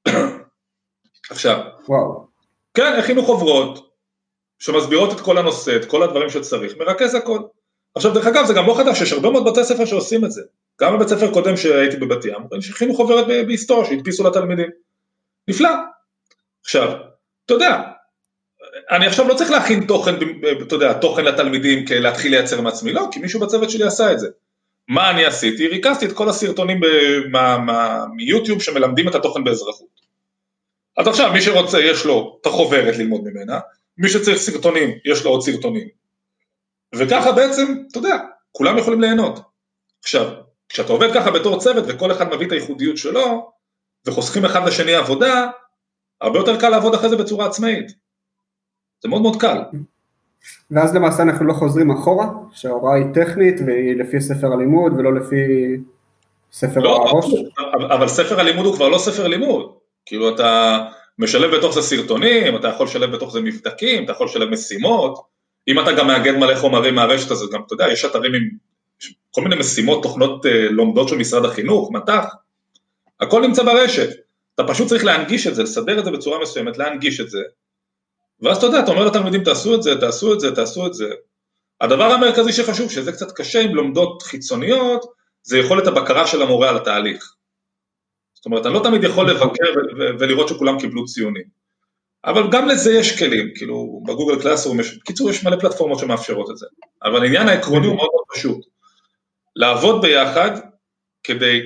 עכשיו, וואו. כן, הכינו חוברות, שמסבירות את כל הנושא, את כל הדברים שצריך, מרכז הכל. עכשיו, דרך אגב, זה גם לא חדש, יש הרבה מאוד בתי ספר שעושים את זה. גם בבית ספר קודם שהייתי בבת ים, שהכינו חוברת בהיסטוריה, שהדפיסו לתלמידים. נפלא. עכשיו, אתה יודע, אני עכשיו לא צריך להכין תוכן, אתה יודע, תוכן לתלמידים, להתחיל לייצר מעצמי, לא, כי מישהו בצוות שלי עשה את זה. מה אני עשיתי? ריכזתי את כל הסרטונים מיוטיוב שמלמדים את התוכן באזרחות. אז עכשיו, מי שרוצה, יש לו את החוברת ללמוד ממנה, מי שצריך סרטונים, יש לו עוד סרטונים. וככה בעצם, אתה יודע, כולם יכולים ליהנות. עכשיו, כשאתה עובד ככה בתור צוות, וכל אחד מביא את הייחודיות שלו, וחוסכים אחד לשני עבודה, הרבה יותר קל לעבוד אחרי זה בצורה עצמאית. זה מאוד מאוד קל. ואז למעשה אנחנו לא חוזרים אחורה, שההוראה היא טכנית, והיא לפי ספר הלימוד, ולא לפי ספר הראש. אבל ספר הלימוד הוא כבר לא ספר לימוד. כאילו אתה משלב בתוך זה סרטונים, אתה יכול לשלב בתוך זה מבדקים, אתה יכול לשלב משימות, אם אתה גם מאגד מלא חומרים מהרשת הזה, גם אתה יודע, יש אתרים עם כל מיני משימות, תוכנות לומדות של משרד החינוך, מתח, הכל נמצא ברשת, אתה פשוט צריך להנגיש את זה, לסדר את זה בצורה מסוימת, להנגיש את זה, ואז אתה יודע, אתה אומר לתלמידים, תעשו את זה, תעשו את זה, תעשו את זה. הדבר המרכזי שחשוב, שזה קצת קשה עם לומדות חיצוניות, זה יכולת הבקרה של המורה על התהליך. זאת אומרת, אני לא תמיד יכול לבקר ולראות שכולם קיבלו ציונים. אבל גם לזה יש כלים, כאילו בגוגל קלאסרום, בקיצור יש מלא פלטפורמות שמאפשרות את זה. אבל העניין העקרוני הוא מאוד מאוד פשוט. לעבוד ביחד כדי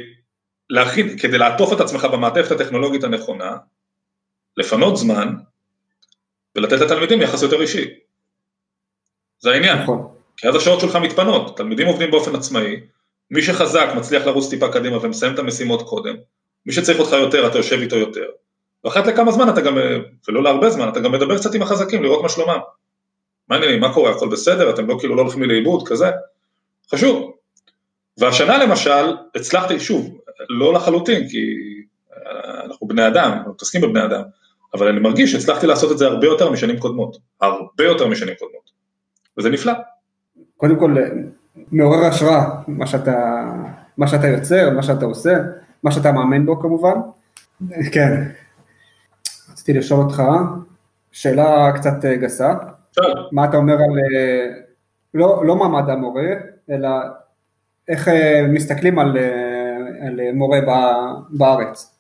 לעטוף את עצמך במעטפת הטכנולוגית הנכונה, לפנות זמן, ולתת לתלמידים יחס יותר אישי. זה העניין. כי אז השעות שלך מתפנות, תלמידים עובדים באופן עצמאי, מי שחזק מצליח לרוץ טיפה קדימה ומסיים את המשימות קודם, מי שצריך אותך יותר, אתה יושב איתו יותר, ואחת לכמה זמן אתה גם, ולא להרבה זמן, אתה גם מדבר קצת עם החזקים, לראות מה שלומם. מה העניינים, מה קורה, הכל בסדר, אתם לא כאילו לא הולכים לי לאיבוד, כזה, חשוב. והשנה למשל, הצלחתי, שוב, לא לחלוטין, כי אנחנו בני אדם, אנחנו מתעסקים בבני אדם, אבל אני מרגיש שהצלחתי לעשות את זה הרבה יותר משנים קודמות, הרבה יותר משנים קודמות, וזה נפלא. קודם כל, מעורר השראה, מה שאתה יוצר, מה שאתה עושה, מה שאתה מאמן בו כמובן. כן. רציתי לשאול אותך, שאלה קצת גסה. מה אתה אומר על, לא מעמד המורה, אלא איך מסתכלים על מורה בארץ?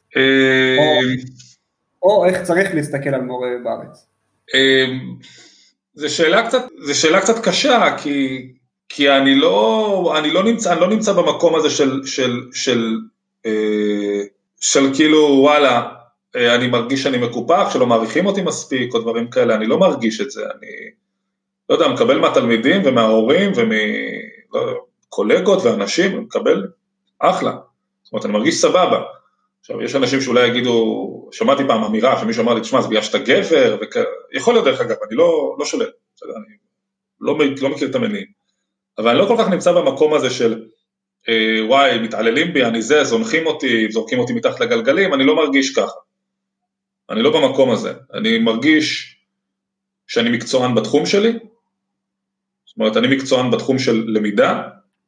או איך צריך להסתכל על מורה בארץ? זו שאלה קצת קשה, כי אני לא נמצא במקום הזה של כאילו וואלה, אני מרגיש שאני מקופח, שלא מעריכים אותי מספיק, או דברים כאלה, אני לא מרגיש את זה, אני לא יודע, מקבל מהתלמידים ומההורים ומקולגות ואנשים, מקבל אחלה, זאת אומרת, אני מרגיש סבבה. עכשיו, יש אנשים שאולי יגידו, שמעתי פעם אמירה, שמישהו אמר לי, תשמע, זה בגלל שאתה גבר, יכול להיות דרך אגב, אני לא שולל, אני לא מכיר את המניעים, אבל אני לא כל כך נמצא במקום הזה של, וואי, מתעללים בי, אני זונחים אותי, זורקים אותי מתחת לגלגלים, אני לא מרגיש ככה. אני לא במקום הזה. אני מרגיש שאני מקצוען בתחום שלי, זאת אומרת, אני מקצוען בתחום של למידה,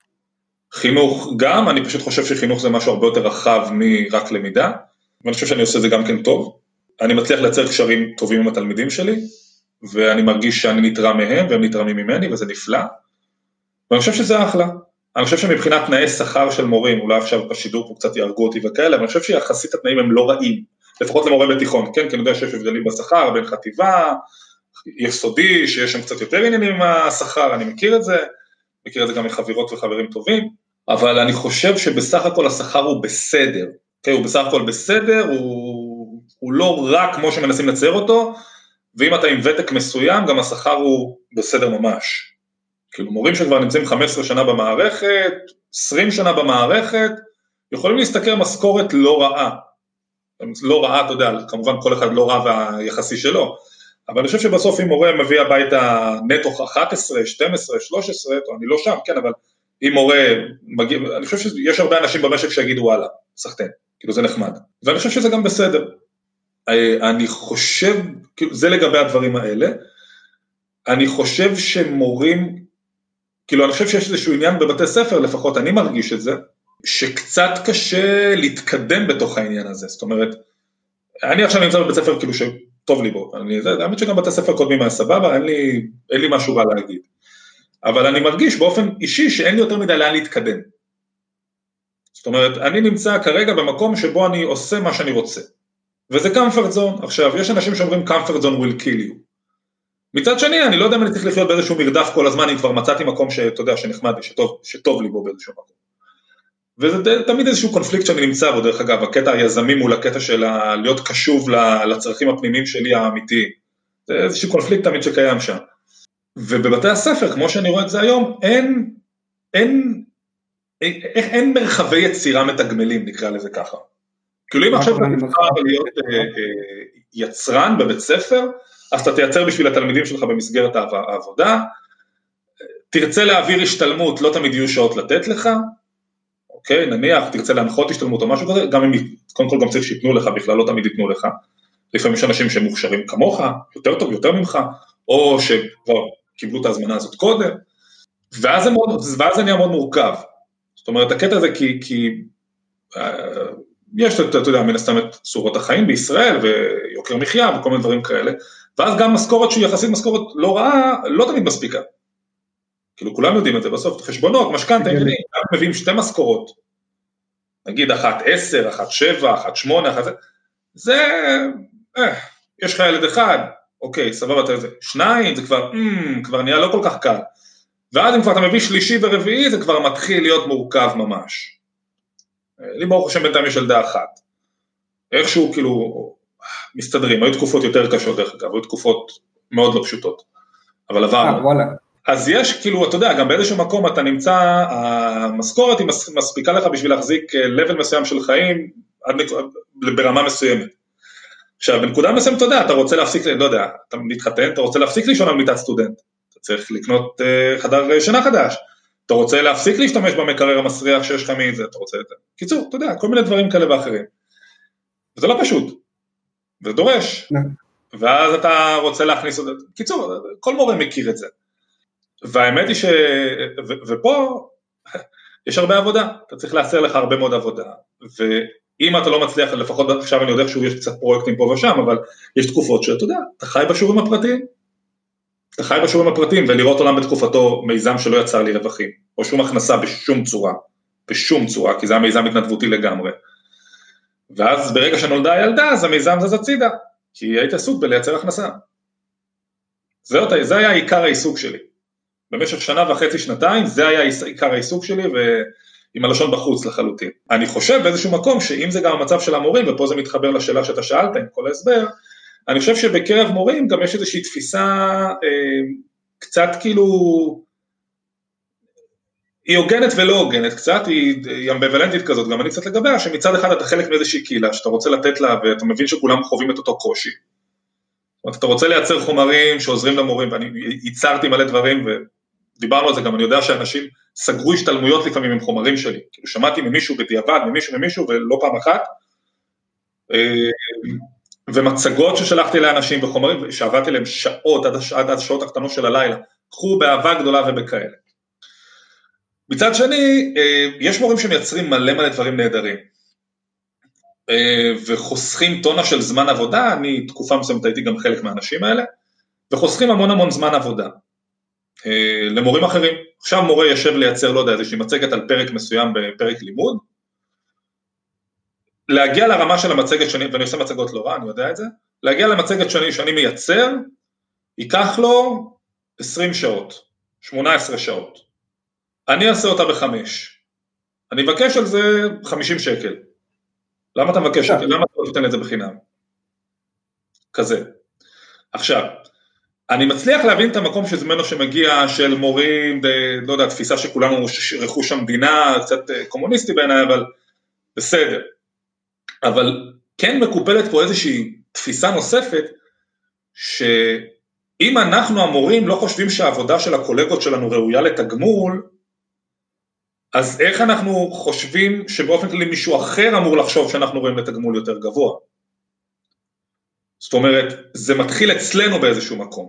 חינוך גם, אני פשוט חושב שחינוך זה משהו הרבה יותר רחב מרק למידה, ואני חושב שאני עושה את זה גם כן טוב. אני מצליח לייצר קשרים טובים עם התלמידים שלי, ואני מרגיש שאני נתרם מהם, והם נתרמים ממני, וזה נפלא. ואני חושב שזה אחלה. אני חושב שמבחינת תנאי שכר של מורים, אולי עכשיו בשידור פה קצת יהרגו אותי וכאלה, אבל אני חושב שיחסית התנאים הם לא רעים, לפחות למורה בתיכון, כן? כי אני יודע שיש הבדלים בשכר, בין חטיבה, יסודי, שיש שם קצת יותר עניינים עם השכר, אני מכיר את זה גם מחברות וחברים טובים, אבל אני חושב שבסך הכל השכר הוא בסדר, כן? הוא בסך הכל בסדר, הוא לא רק כמו שמנסים לצייר אותו, ואם אתה עם ותק מסוים, גם השכר הוא בסדר ממש. כאילו מורים שכבר נמצאים 15 שנה במערכת, 20 שנה במערכת, יכולים להסתכל משכורת לא רעה. לא רעה, אתה יודע, כמובן כל אחד לא רע והיחסי שלו, אבל אני חושב שבסוף אם מורה מביא הביתה נטו 11, 12, 13, אני לא שם, כן, אבל אם מורה מגיע, אני חושב שיש הרבה אנשים במשק שיגידו וואלה, סחטן, כאילו זה נחמד, ואני חושב שזה גם בסדר. אני חושב, כאילו זה לגבי הדברים האלה, אני חושב שמורים, כאילו אני חושב שיש איזשהו עניין בבתי ספר, לפחות אני מרגיש את זה, שקצת קשה להתקדם בתוך העניין הזה, זאת אומרת, אני עכשיו נמצא בבית ספר כאילו שטוב לי בו, האמת שגם בתי ספר קודמים מהסבבה, אין לי משהו רע להגיד, אבל אני מרגיש באופן אישי שאין לי יותר מדי לאן להתקדם, זאת אומרת, אני נמצא כרגע במקום שבו אני עושה מה שאני רוצה, וזה comfort zone, עכשיו יש אנשים שאומרים comfort zone will kill you, מצד שני, אני לא יודע אם אני צריך לחיות באיזשהו מרדף כל הזמן, אם כבר מצאתי מקום שאתה יודע, שנחמד לי, שטוב לי בו באיזשהו מקום. וזה תמיד איזשהו קונפליקט שאני נמצא בו, דרך אגב, הקטע היזמי מול הקטע של להיות קשוב לצרכים הפנימיים שלי האמיתיים. זה איזשהו קונפליקט תמיד שקיים שם. ובבתי הספר, כמו שאני רואה את זה היום, אין מרחבי יצירה מתגמלים, נקרא לזה ככה. כאילו אם עכשיו אתה נבחר להיות יצרן בבית ספר, אז אתה תייצר בשביל התלמידים שלך במסגרת העבודה, תרצה להעביר השתלמות, לא תמיד יהיו שעות לתת לך, אוקיי, נניח, תרצה להנחות השתלמות או משהו כזה, גם אם, קודם כל גם צריך שיתנו לך, בכלל לא תמיד יתנו לך, לפעמים יש אנשים שמוכשרים כמוך, יותר טוב, יותר ממך, או שכבר קיבלו את ההזמנה הזאת קודם, ואז זה נהיה מאוד מורכב, זאת אומרת, הקטע הזה כי יש, אתה יודע, מן הסתם את צורות החיים בישראל, ויוקר מחיה וכל מיני דברים כאלה, ואז גם משכורת שהיא יחסית משכורת לא רעה, לא תמיד מספיקה. כאילו כולם יודעים את זה בסוף, חשבונות, משכנתא, הם מביאים שתי משכורות, נגיד 1-10, 1-7, 1-8, זה, יש לך ילד אחד, אוקיי, סבבה, אתה יודע, 2, זה כבר נהיה לא כל כך קל, ואז אם כבר אתה מביא שלישי ורביעי, זה כבר מתחיל להיות מורכב ממש. לי ברוך השם בינתיים יש ילדה אחת, איכשהו כאילו מסתדרים, היו תקופות יותר קשות דרך אגב, היו תקופות מאוד לא פשוטות, אבל עברנו. וואלה. אז יש, כאילו, אתה יודע, גם באיזשהו מקום אתה נמצא, המשכורת היא מספיקה לך בשביל להחזיק level מסוים של חיים, ברמה מסוימת. עכשיו, בנקודה מסוימת, אתה יודע, אתה רוצה להפסיק, לא יודע, אתה מתחתן, אתה רוצה להפסיק לישון על מיטת סטודנט, אתה צריך לקנות חדר שינה חדש, אתה רוצה להפסיק להשתמש במקרר המסריח שיש לך מזה, אתה רוצה, קיצור, אתה יודע, כל מיני דברים כאלה ואחרים. וזה לא פשוט, זה דורש, ואז אתה רוצה להכניס, קיצור, כל מורה מכיר את זה. והאמת היא ופה יש הרבה עבודה, אתה צריך להסר לך הרבה מאוד עבודה, ואם אתה לא מצליח, לפחות עכשיו אני יודע שהוא יש קצת פרויקטים פה ושם, אבל יש תקופות שאתה יודע, אתה חי בשיעורים הפרטיים, ולראות עולם בתקופתו מיזם שלא יצר לי רווחים, או שום הכנסה בשום צורה, כי זה המיזם התנדבותי לגמרי. ואז ברגע שנולדה הילדה, אז המיזם זז הצידה, כי הייתי עסוק בלייצר הכנסה. זה היה עיקר העיסוק שלי. במשך שנה וחצי, שנתיים, זה היה עיקר העיסוק שלי, ועם הלשון בחוץ לחלוטין. אני חושב באיזשהו מקום, שאם זה גם המצב של המורים, ופה זה מתחבר לשאלה שאתה שאלת, עם כל ההסבר, אני חושב שבקרב מורים גם יש איזושהי תפיסה, קצת כאילו, היא הוגנת ולא הוגנת, קצת, היא אמביוולנטית כזאת, גם אני קצת לגביה, שמצד אחד אתה חלק מאיזושהי קהילה, שאתה רוצה לתת לה, ואתה מבין שכולם חווים את אותו קושי. זאת אומרת, אתה רוצה לייצר חומרים שעוזרים למורים, ואני ייצרתי מלא דברים, ודיברנו על זה גם, אני יודע שאנשים סגרו השתלמויות לפעמים עם חומרים שלי, כאילו שמעתי ממישהו בדיעבד, ממישהו, ולא פעם אחת, ומצגות ששלחתי לאנשים וחומרים, שעבדתי להם שעות, עד השעות הקטנות של הלילה, קחו באהבה גדולה ובכאלה. מצד שני, יש מורים שמייצרים מלא דברים נהדרים, וחוסכים טונה של זמן עבודה, אני תקופה מסוימת הייתי גם חלק מהאנשים האלה, וחוסכים המון זמן עבודה, למורים אחרים. עכשיו מורה יושב לייצר, לא יודע, איזושהי מצגת על פרק מסוים בפרק לימוד, להגיע לרמה של המצגת שני, ואני עושה מצגות לא רע, אני יודע את זה, להגיע למצגת שאני מייצר, ייקח לו 20 שעות, 18 שעות, אני אעשה אותה ב5, אני מבקש על זה 50 שקל, למה אתה מבקש אותי? למה אתה לא תיתן את זה בחינם? כזה. עכשיו, אני מצליח להבין את המקום שזמנו שמגיע של מורים, לא יודע, תפיסה שכולנו רכוש המדינה, קצת קומוניסטי בעיניי, אבל בסדר. אבל כן מקופלת פה איזושהי תפיסה נוספת, שאם אנחנו המורים לא חושבים שהעבודה של הקולגות שלנו ראויה לתגמול, אז איך אנחנו חושבים שבאופן כללי מישהו אחר אמור לחשוב שאנחנו רואים לתגמול יותר גבוה? זאת אומרת, זה מתחיל אצלנו באיזשהו מקום.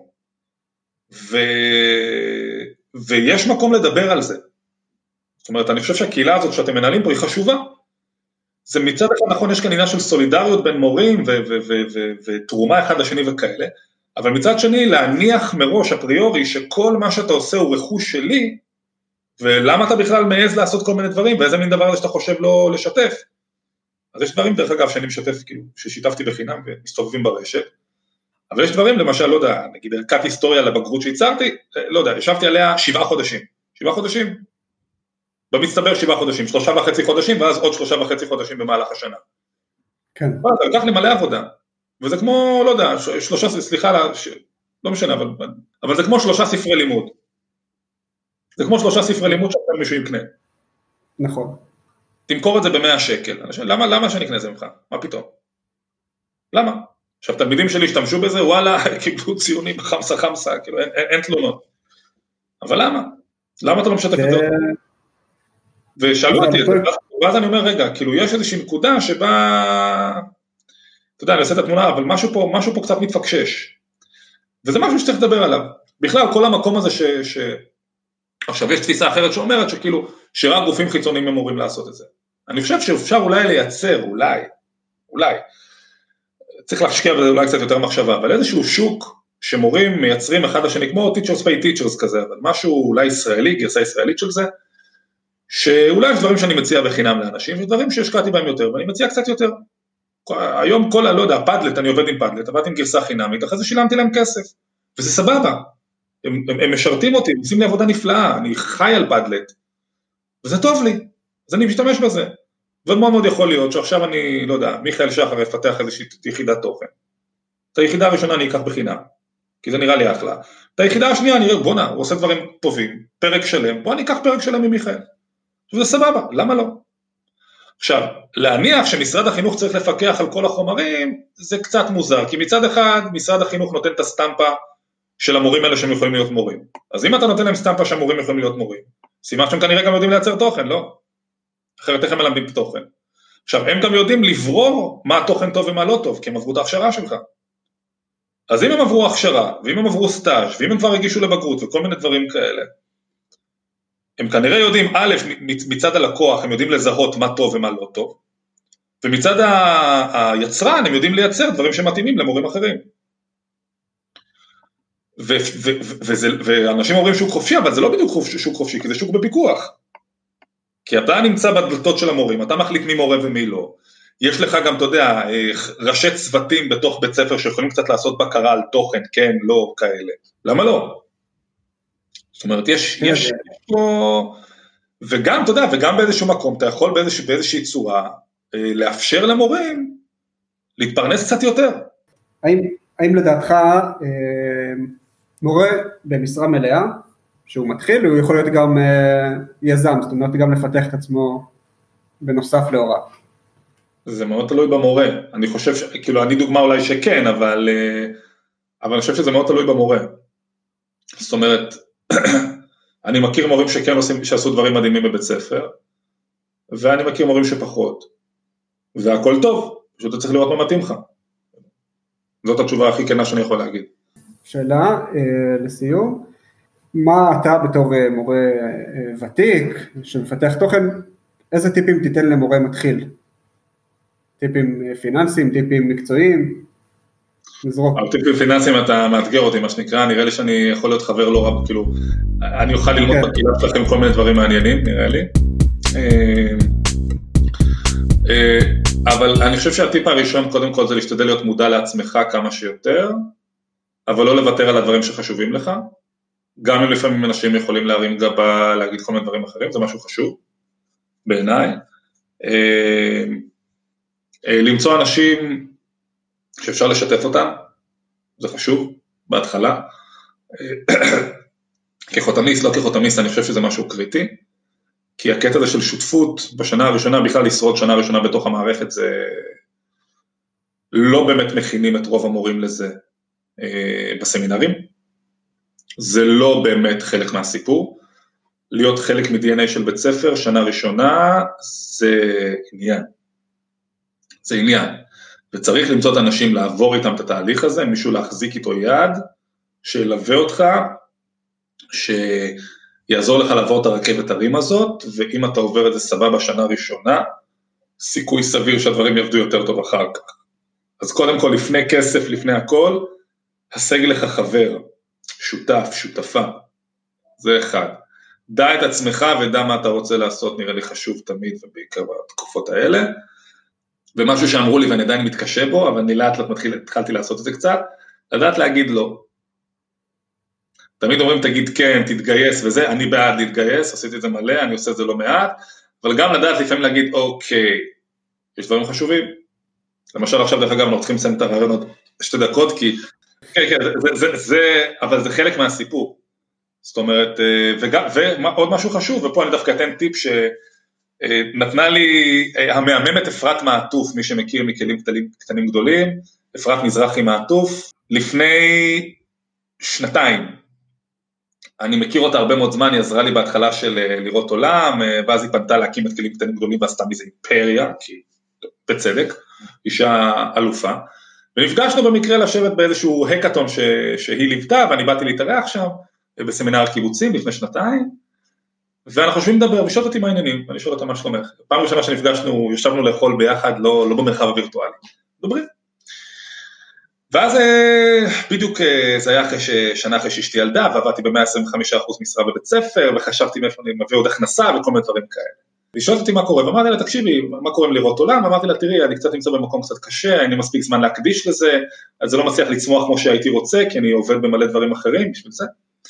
ויש מקום לדבר על זה. זאת אומרת, אני חושב שהקהילה הזאת שאתם מנהלים פה היא חשובה. זה מצד אחד נכון, יש כאן עניין של סולידריות בין מורים ותרומה אחד לשני וכאלה, אבל מצד שני להניח מראש אפריורי שכל מה שאתה עושה הוא רכוש שלי, ולמה אתה בכלל מעז לעשות כל מיני דברים, ואיזה מין דבר זה שאתה חושב לא לשתף. אז יש דברים דרך אגב שאני משתף, כאילו, ששיתפתי בחינם ומסתובבים ברשת, אבל יש דברים למשל, לא יודע, נגיד ערכת היסטוריה לבגרות שיצרתי, לא יודע, ישבתי עליה 7 חודשים, 7 חודשים, במצטבר 7 חודשים, 3.5 חודשים, ואז עוד 3.5 חודשים במהלך השנה. כן. זה לקח לי מלא עבודה, וזה כמו, לא יודע, לא משנה, אבל זה כמו 3 ספרי לימוד. זה כמו 3 ספרי לימוד שאתה מישהו יקנה. נכון. תמכור את זה ב100 שקל. למה שאני אקנה זה ממך? מה פתאום? למה? עכשיו, תלמידים שלי השתמשו בזה, וואלה, קיבלו ציונים חמסה, כאילו, אין תלונות. אבל למה? למה אתה לא משתף את זה? ושאלו אותי את זה, ואז אני אומר, רגע, כאילו, יש איזושהי נקודה שבה, אתה יודע, אני עושה את התמונה, אבל משהו פה קצת מתפקשש. וזה משהו שצריך לדבר עליו. בכלל, כל המקום הזה עכשיו, יש תפיסה אחרת שאומרת שכאילו, שרק גופים חיצוניים אמורים לעשות את זה. אני חושב שאפשר אולי לייצר, אולי, צריך להשקיע בזה אולי קצת יותר מחשבה, אבל איזשהו שוק שמורים מייצרים אחד לשני, כמו teachers pay teachers כזה, אבל משהו אולי ישראלי, גרסה ישראלית של זה, שאולי יש דברים שאני מציע בחינם לאנשים, ודברים שהשקעתי בהם יותר, ואני מציע קצת יותר. היום כל, לא יודע, פדלט, אני עובד עם פדלט, עבדתי עם גרסה חינמית, אחרי זה שילמתי להם כסף, וזה סבבה. הם משרתים אותי, הם עושים לי עבודה נפלאה, אני חי על פדלט, וזה טוב לי, אז אני משתמש בזה, ומאוד יכול להיות שעכשיו אני, לא יודע, מיכאל שחר יפתח איזושהי יחידת תוכן, את היחידה הראשונה אני אקח בחינם, כי זה נראה לי אחלה. את היחידה השנייה אני רואה, בונה, הוא עושה דברים טובים, פרק שלם, בוא ניקח פרק שלם ממיכאל. וזה סבבה, למה לא? עכשיו, להניח שמשרד החינוך צריך לפקח על כל החומרים, זה קצת מוזר, כי מצד אחד, משרד החינוך נותן את הסטמפה של המורים האלה שהם יכולים להיות מורים. אז אם אתה נותן להם סטמפה שהמורים יכולים להיות מורים, סימן שהם כנראה גם יודעים לייצר תוכן, לא? אחרת איך הם מלמדים את תוכן. עכשיו, הם גם יודעים לברור מה התוכן טוב ומה לא טוב, כי הם עברו את ההכשרה שלך. אז אם הם עברו הכשרה, ואם הם עברו סטאז', ואם הם כבר הגישו לבגרות וכל מיני דברים כאלה, הם כנראה יודעים, א', מצד הלקוח, הם יודעים לזהות מה טוב ומה לא טוב, ומצד היצרן, הם יודעים לייצר דברים שמתאימים למורים אחרים. ואנשים אומרים שוק חופשי, אבל זה לא בדיוק שוק חופשי, כי זה שוק בפיקוח. כי אתה נמצא בדלתות של המורים, אתה מחליט מי מורה ומי לא. יש לך גם, אתה יודע, ראשי צוותים בתוך בית ספר שיכולים קצת לעשות בקרה על תוכן, כן, לא, כאלה. למה לא? זאת אומרת, יש פה, וגם, אתה יודע, וגם באיזשהו מקום, אתה יכול באיזושהי צורה לאפשר למורים להתפרנס קצת יותר. האם לדעתך מורה במשרה מלאה, שהוא מתחיל, הוא יכול להיות גם יזם, זאת אומרת, גם לפתח את עצמו בנוסף להוראה? זה מאוד תלוי במורה. אני חושב, כאילו, אני דוגמה אולי שכן, אבל אני חושב שזה מאוד תלוי במורה. זאת אומרת, אני מכיר מורים שכן שעשו דברים מדהימים בבית ספר, ואני מכיר מורים שפחות. והכל טוב, פשוט אתה צריך לראות מה מתאים לך. זאת התשובה הכי כנה שאני יכול להגיד. שאלה, לסיום, מה אתה בתור מורה ותיק, שמפתח תוכן, איזה טיפים תיתן למורה מתחיל? טיפים פיננסיים, טיפים מקצועיים? נזרוק. על טיפים פיננסיים אתה מאתגר אותי, מה שנקרא, נראה לי שאני יכול להיות חבר לא רב, כאילו, אני אוכל ללמוד בקהילה שלכם כל מיני דברים מעניינים, נראה לי. אבל אני חושב שהטיפ הראשון, קודם כל, זה להשתדל להיות מודע לעצמך כמה שיותר, אבל לא לוותר על הדברים שחשובים לך, גם אם לפעמים אנשים יכולים להרים גבה, להגיד כל מיני דברים אחרים, זה משהו חשוב, בעיניי. למצוא אנשים שאפשר לשתף אותם, זה חשוב, בהתחלה. כחותמיסט, לא כחותמיסט, אני חושב שזה משהו קריטי, כי הקטע הזה של שותפות בשנה הראשונה, בכלל לשרוד שנה ראשונה בתוך המערכת, זה לא באמת מכינים את רוב המורים לזה בסמינרים, זה לא באמת חלק מהסיפור, להיות חלק מ-DNA של בית ספר, שנה ראשונה, זה עניין, וצריך למצוא את האנשים לעבור איתם את התהליך הזה, מישהו להחזיק איתו יד, שילווה אותך, שיעזור לך לעבור את הרכבת הרים הזאת, ואם אתה עובר את זה סבבה שנה ראשונה, סיכוי סביר שהדברים יעבדו יותר טוב אחר כך. אז קודם כל, לפני כסף, לפני הכל, השג לך חבר, שותף, שותפה, זה אחד. דע את עצמך ודע מה אתה רוצה לעשות, נראה לי חשוב תמיד, ובעיקר בתקופות האלה, ומשהו שאמרו לי ואני עדיין מתקשה בו, אבל אני לאט התחלתי לעשות את זה קצת, לדעת להגיד לא. תמיד אומרים תגיד כן, תתגייס וזה, אני בעד להתגייס, עשיתי את זה מלא, אני עושה את זה לא מעט, אבל גם לדעת לפעמים להגיד אוקיי, יש דברים חשובים, למשל עכשיו דרך אגב אנחנו צריכים לסיים את הרעיון עוד 2 דקות, כי כן, אבל זה חלק מהסיפור, זאת אומרת, ועוד משהו חשוב, ופה אני דווקא אתן טיפ שנתנה לי המאמנת אפרת מעטוף, מי שמכיר מכלים קטנים גדולים, אפרת מזרחי מעטוף, לפני 2 אני מכיר אותה הרבה מאוד זמן, היא עזרה לי בהתחלה של לראות עולם, ואז היא פנתה להקים את כלים קטנים גדולים, ועשתה מזה אימפריה, כי בצדק, אישה אלופה, ונפגשנו במקרה לשבת באיזשהו הקאטון שהיא ליוותה, ואני באתי להתארח שם, בסמינר קיבוצים לפני 2, ואנחנו חושבים לדבר, ושאלת אותי מה העניינים, ואני שואל אותה מה שלומך. פעם ראשונה שנפגשנו, ישבנו לאכול ביחד, לא במרחב הווירטואלי, דברים. ואז בדיוק זה היה שנה אחרי שאשתי ילדה, ועבדתי ב-125% משרה בבית ספר, וחשבתי מאיפה אני מביא עוד הכנסה, וכל מיני דברים כאלה. והיא שואלת אותי מה קורה, ואמרתי לה, תקשיבי, מה קורה עם לראות עולם? אמרתי לה, תראי, אני קצת נמצא במקום קצת קשה, אני מספיק זמן להקדיש לזה, אז זה לא מצליח לצמוח כמו שהייתי רוצה, כי אני עובד במלא דברים אחרים בשביל זה.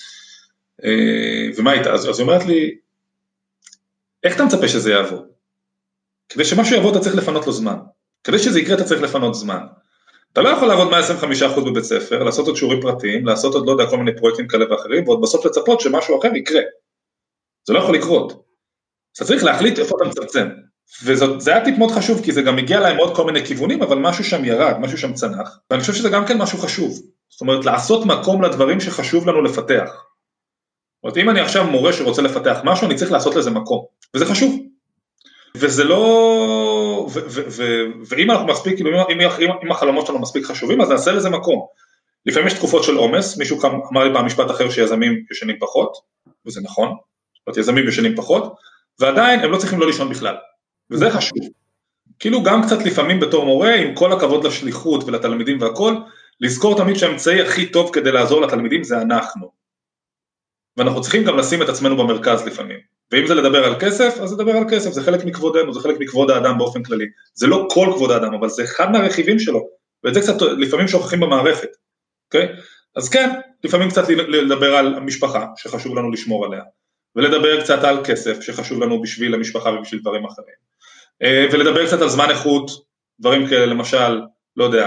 ומה הייתה? אז היא אומרת לי, איך אתה מצפה שזה יעבור? כדי שמשהו יעבור אתה צריך לפנות לו זמן. כדי שזה יקרה אתה צריך לפנות זמן. אתה לא יכול לעבוד 125% בבית ספר, לעשות עוד שיעורים פרטיים, לעשות עוד לא יודע כל מיני פרויקטים כאלה ואחרים, ועוד בסוף לצפות שמשהו אחר יקרה. זה לא יכול לקרות. אתה צריך להחליט איפה אתה מצמצם. וזה היה טיפ מאוד חשוב, כי זה גם הגיע להם עוד כל מיני כיוונים, אבל משהו שם ירד, משהו שם צנח. ואני חושב שזה גם כן משהו חשוב. זאת אומרת, לעשות מקום לדברים שחשוב לנו לפתח. זאת אומרת, אם אני עכשיו מורה שרוצה לפתח משהו, אני צריך לעשות לזה מקום. וזה חשוב. וזה לא, ואם אנחנו מספיק, אם החלומות שלנו מספיק חשובים, אז נעשה לזה מקום. לפעמים יש תקופות של עומס, מישהו אמר לי במשפט אחר שיזמים ישנים פחות, וזה נכון, זאת אומרת, יזמים ישנים פחות, ועדיין הם לא צריכים לא לישון בכלל, וזה חשוב. כאילו גם קצת לפעמים בתור מורה, עם כל הכבוד לשליחות ולתלמידים והכל, לזכור תמיד שהאמצעי הכי טוב כדי לעזור לתלמידים זה אנחנו. ואנחנו צריכים גם לשים את עצמנו במרכז לפעמים. ואם זה לדבר על כסף, אז לדבר על כסף, זה חלק מכבודנו, זה חלק מכבוד האדם באופן כללי. זה לא כל כבוד האדם, אבל זה אחד מהרכיבים שלו, ואת זה קצת לפעמים שוכחים במערכת, אוקיי? אז כן, לפעמים קצת לדבר על המשפחה, שחשוב לנו לשמור עליה, ולדבר קצת על כסף, שחשוב לנו בשביל המשפחה ובשביל דברים אחרים, ולדבר קצת על זמן איכות, דברים כאלה, למשל, לא יודע,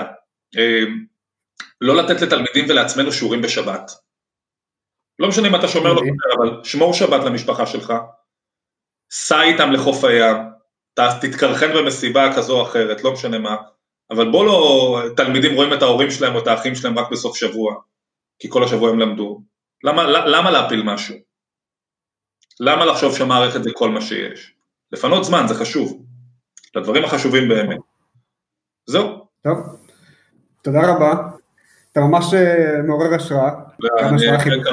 לא לתת לתלמידים ולעצמנו שיעורים בשבת, לא משנה אם אתה שומר לו, אבל שמור שבת למשפחה שלך, סע איתם לחוף הים, תתקרחן במסיבה כזו או אחרת, לא משנה מה, אבל בוא לא, תלמידים רואים את ההורים שלהם או את האחים שלהם רק בסוף שבוע, כי כל השבוע הם למדו. למה להפיל משהו? למה לחשוב שהמערכת זה כל מה שיש? לפנות זמן, זה חשוב. לדברים החשובים באמת. זהו. טוב, תודה רבה. אתה ממש מעורר השראה. גם השראה חינוכית.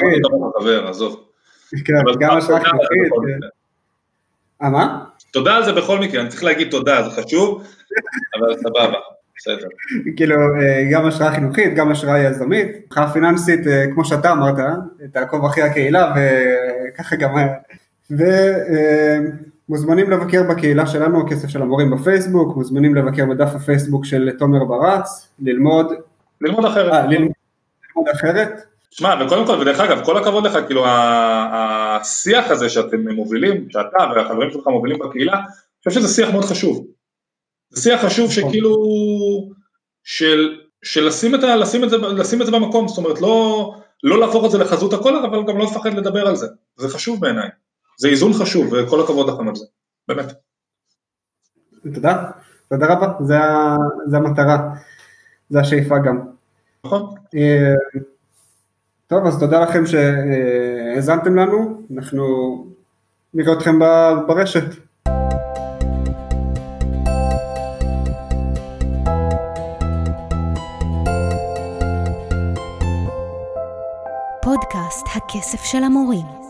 גם השראה חינוכית. מה? תודה על זה בכל מקרה, אני צריך להגיד תודה, זה חשוב, אבל סבבה, בסדר. כאילו, גם השראה חינוכית, גם השראה יזמית, מבחינה פיננסית, כמו שאתה אמרת, תעקוב אחרי הקהילה, וככה גם, ומוזמנים לבקר בקהילה שלנו, הכסף של המורים בפייסבוק, מוזמנים לבקר בדף הפייסבוק של תומר ברץ, ללמוד אחרת. ללמוד אחרת. תשמע, וקודם כל, ודרך אגב, כל הכבוד לך, כאילו, השיח הזה שאתם מובילים, שאתה והחברים שלך מובילים בקהילה, אני חושב שזה שיח מאוד חשוב. זה שיח חשוב שכאילו, של לשים את זה במקום, זאת אומרת, לא להפוך את זה לחזות הכל, אבל גם לא לפחד לדבר על זה. זה חשוב בעיניי. זה איזון חשוב, וכל הכבוד לכם על זה. באמת. תודה. תודה רבה. זה המטרה. זה השאיפה גם. נכון. טוב, אז תודה לכם שהזמתם לנו, אנחנו נראה אתכם ברשת. פודקאסט הכסף של המורים.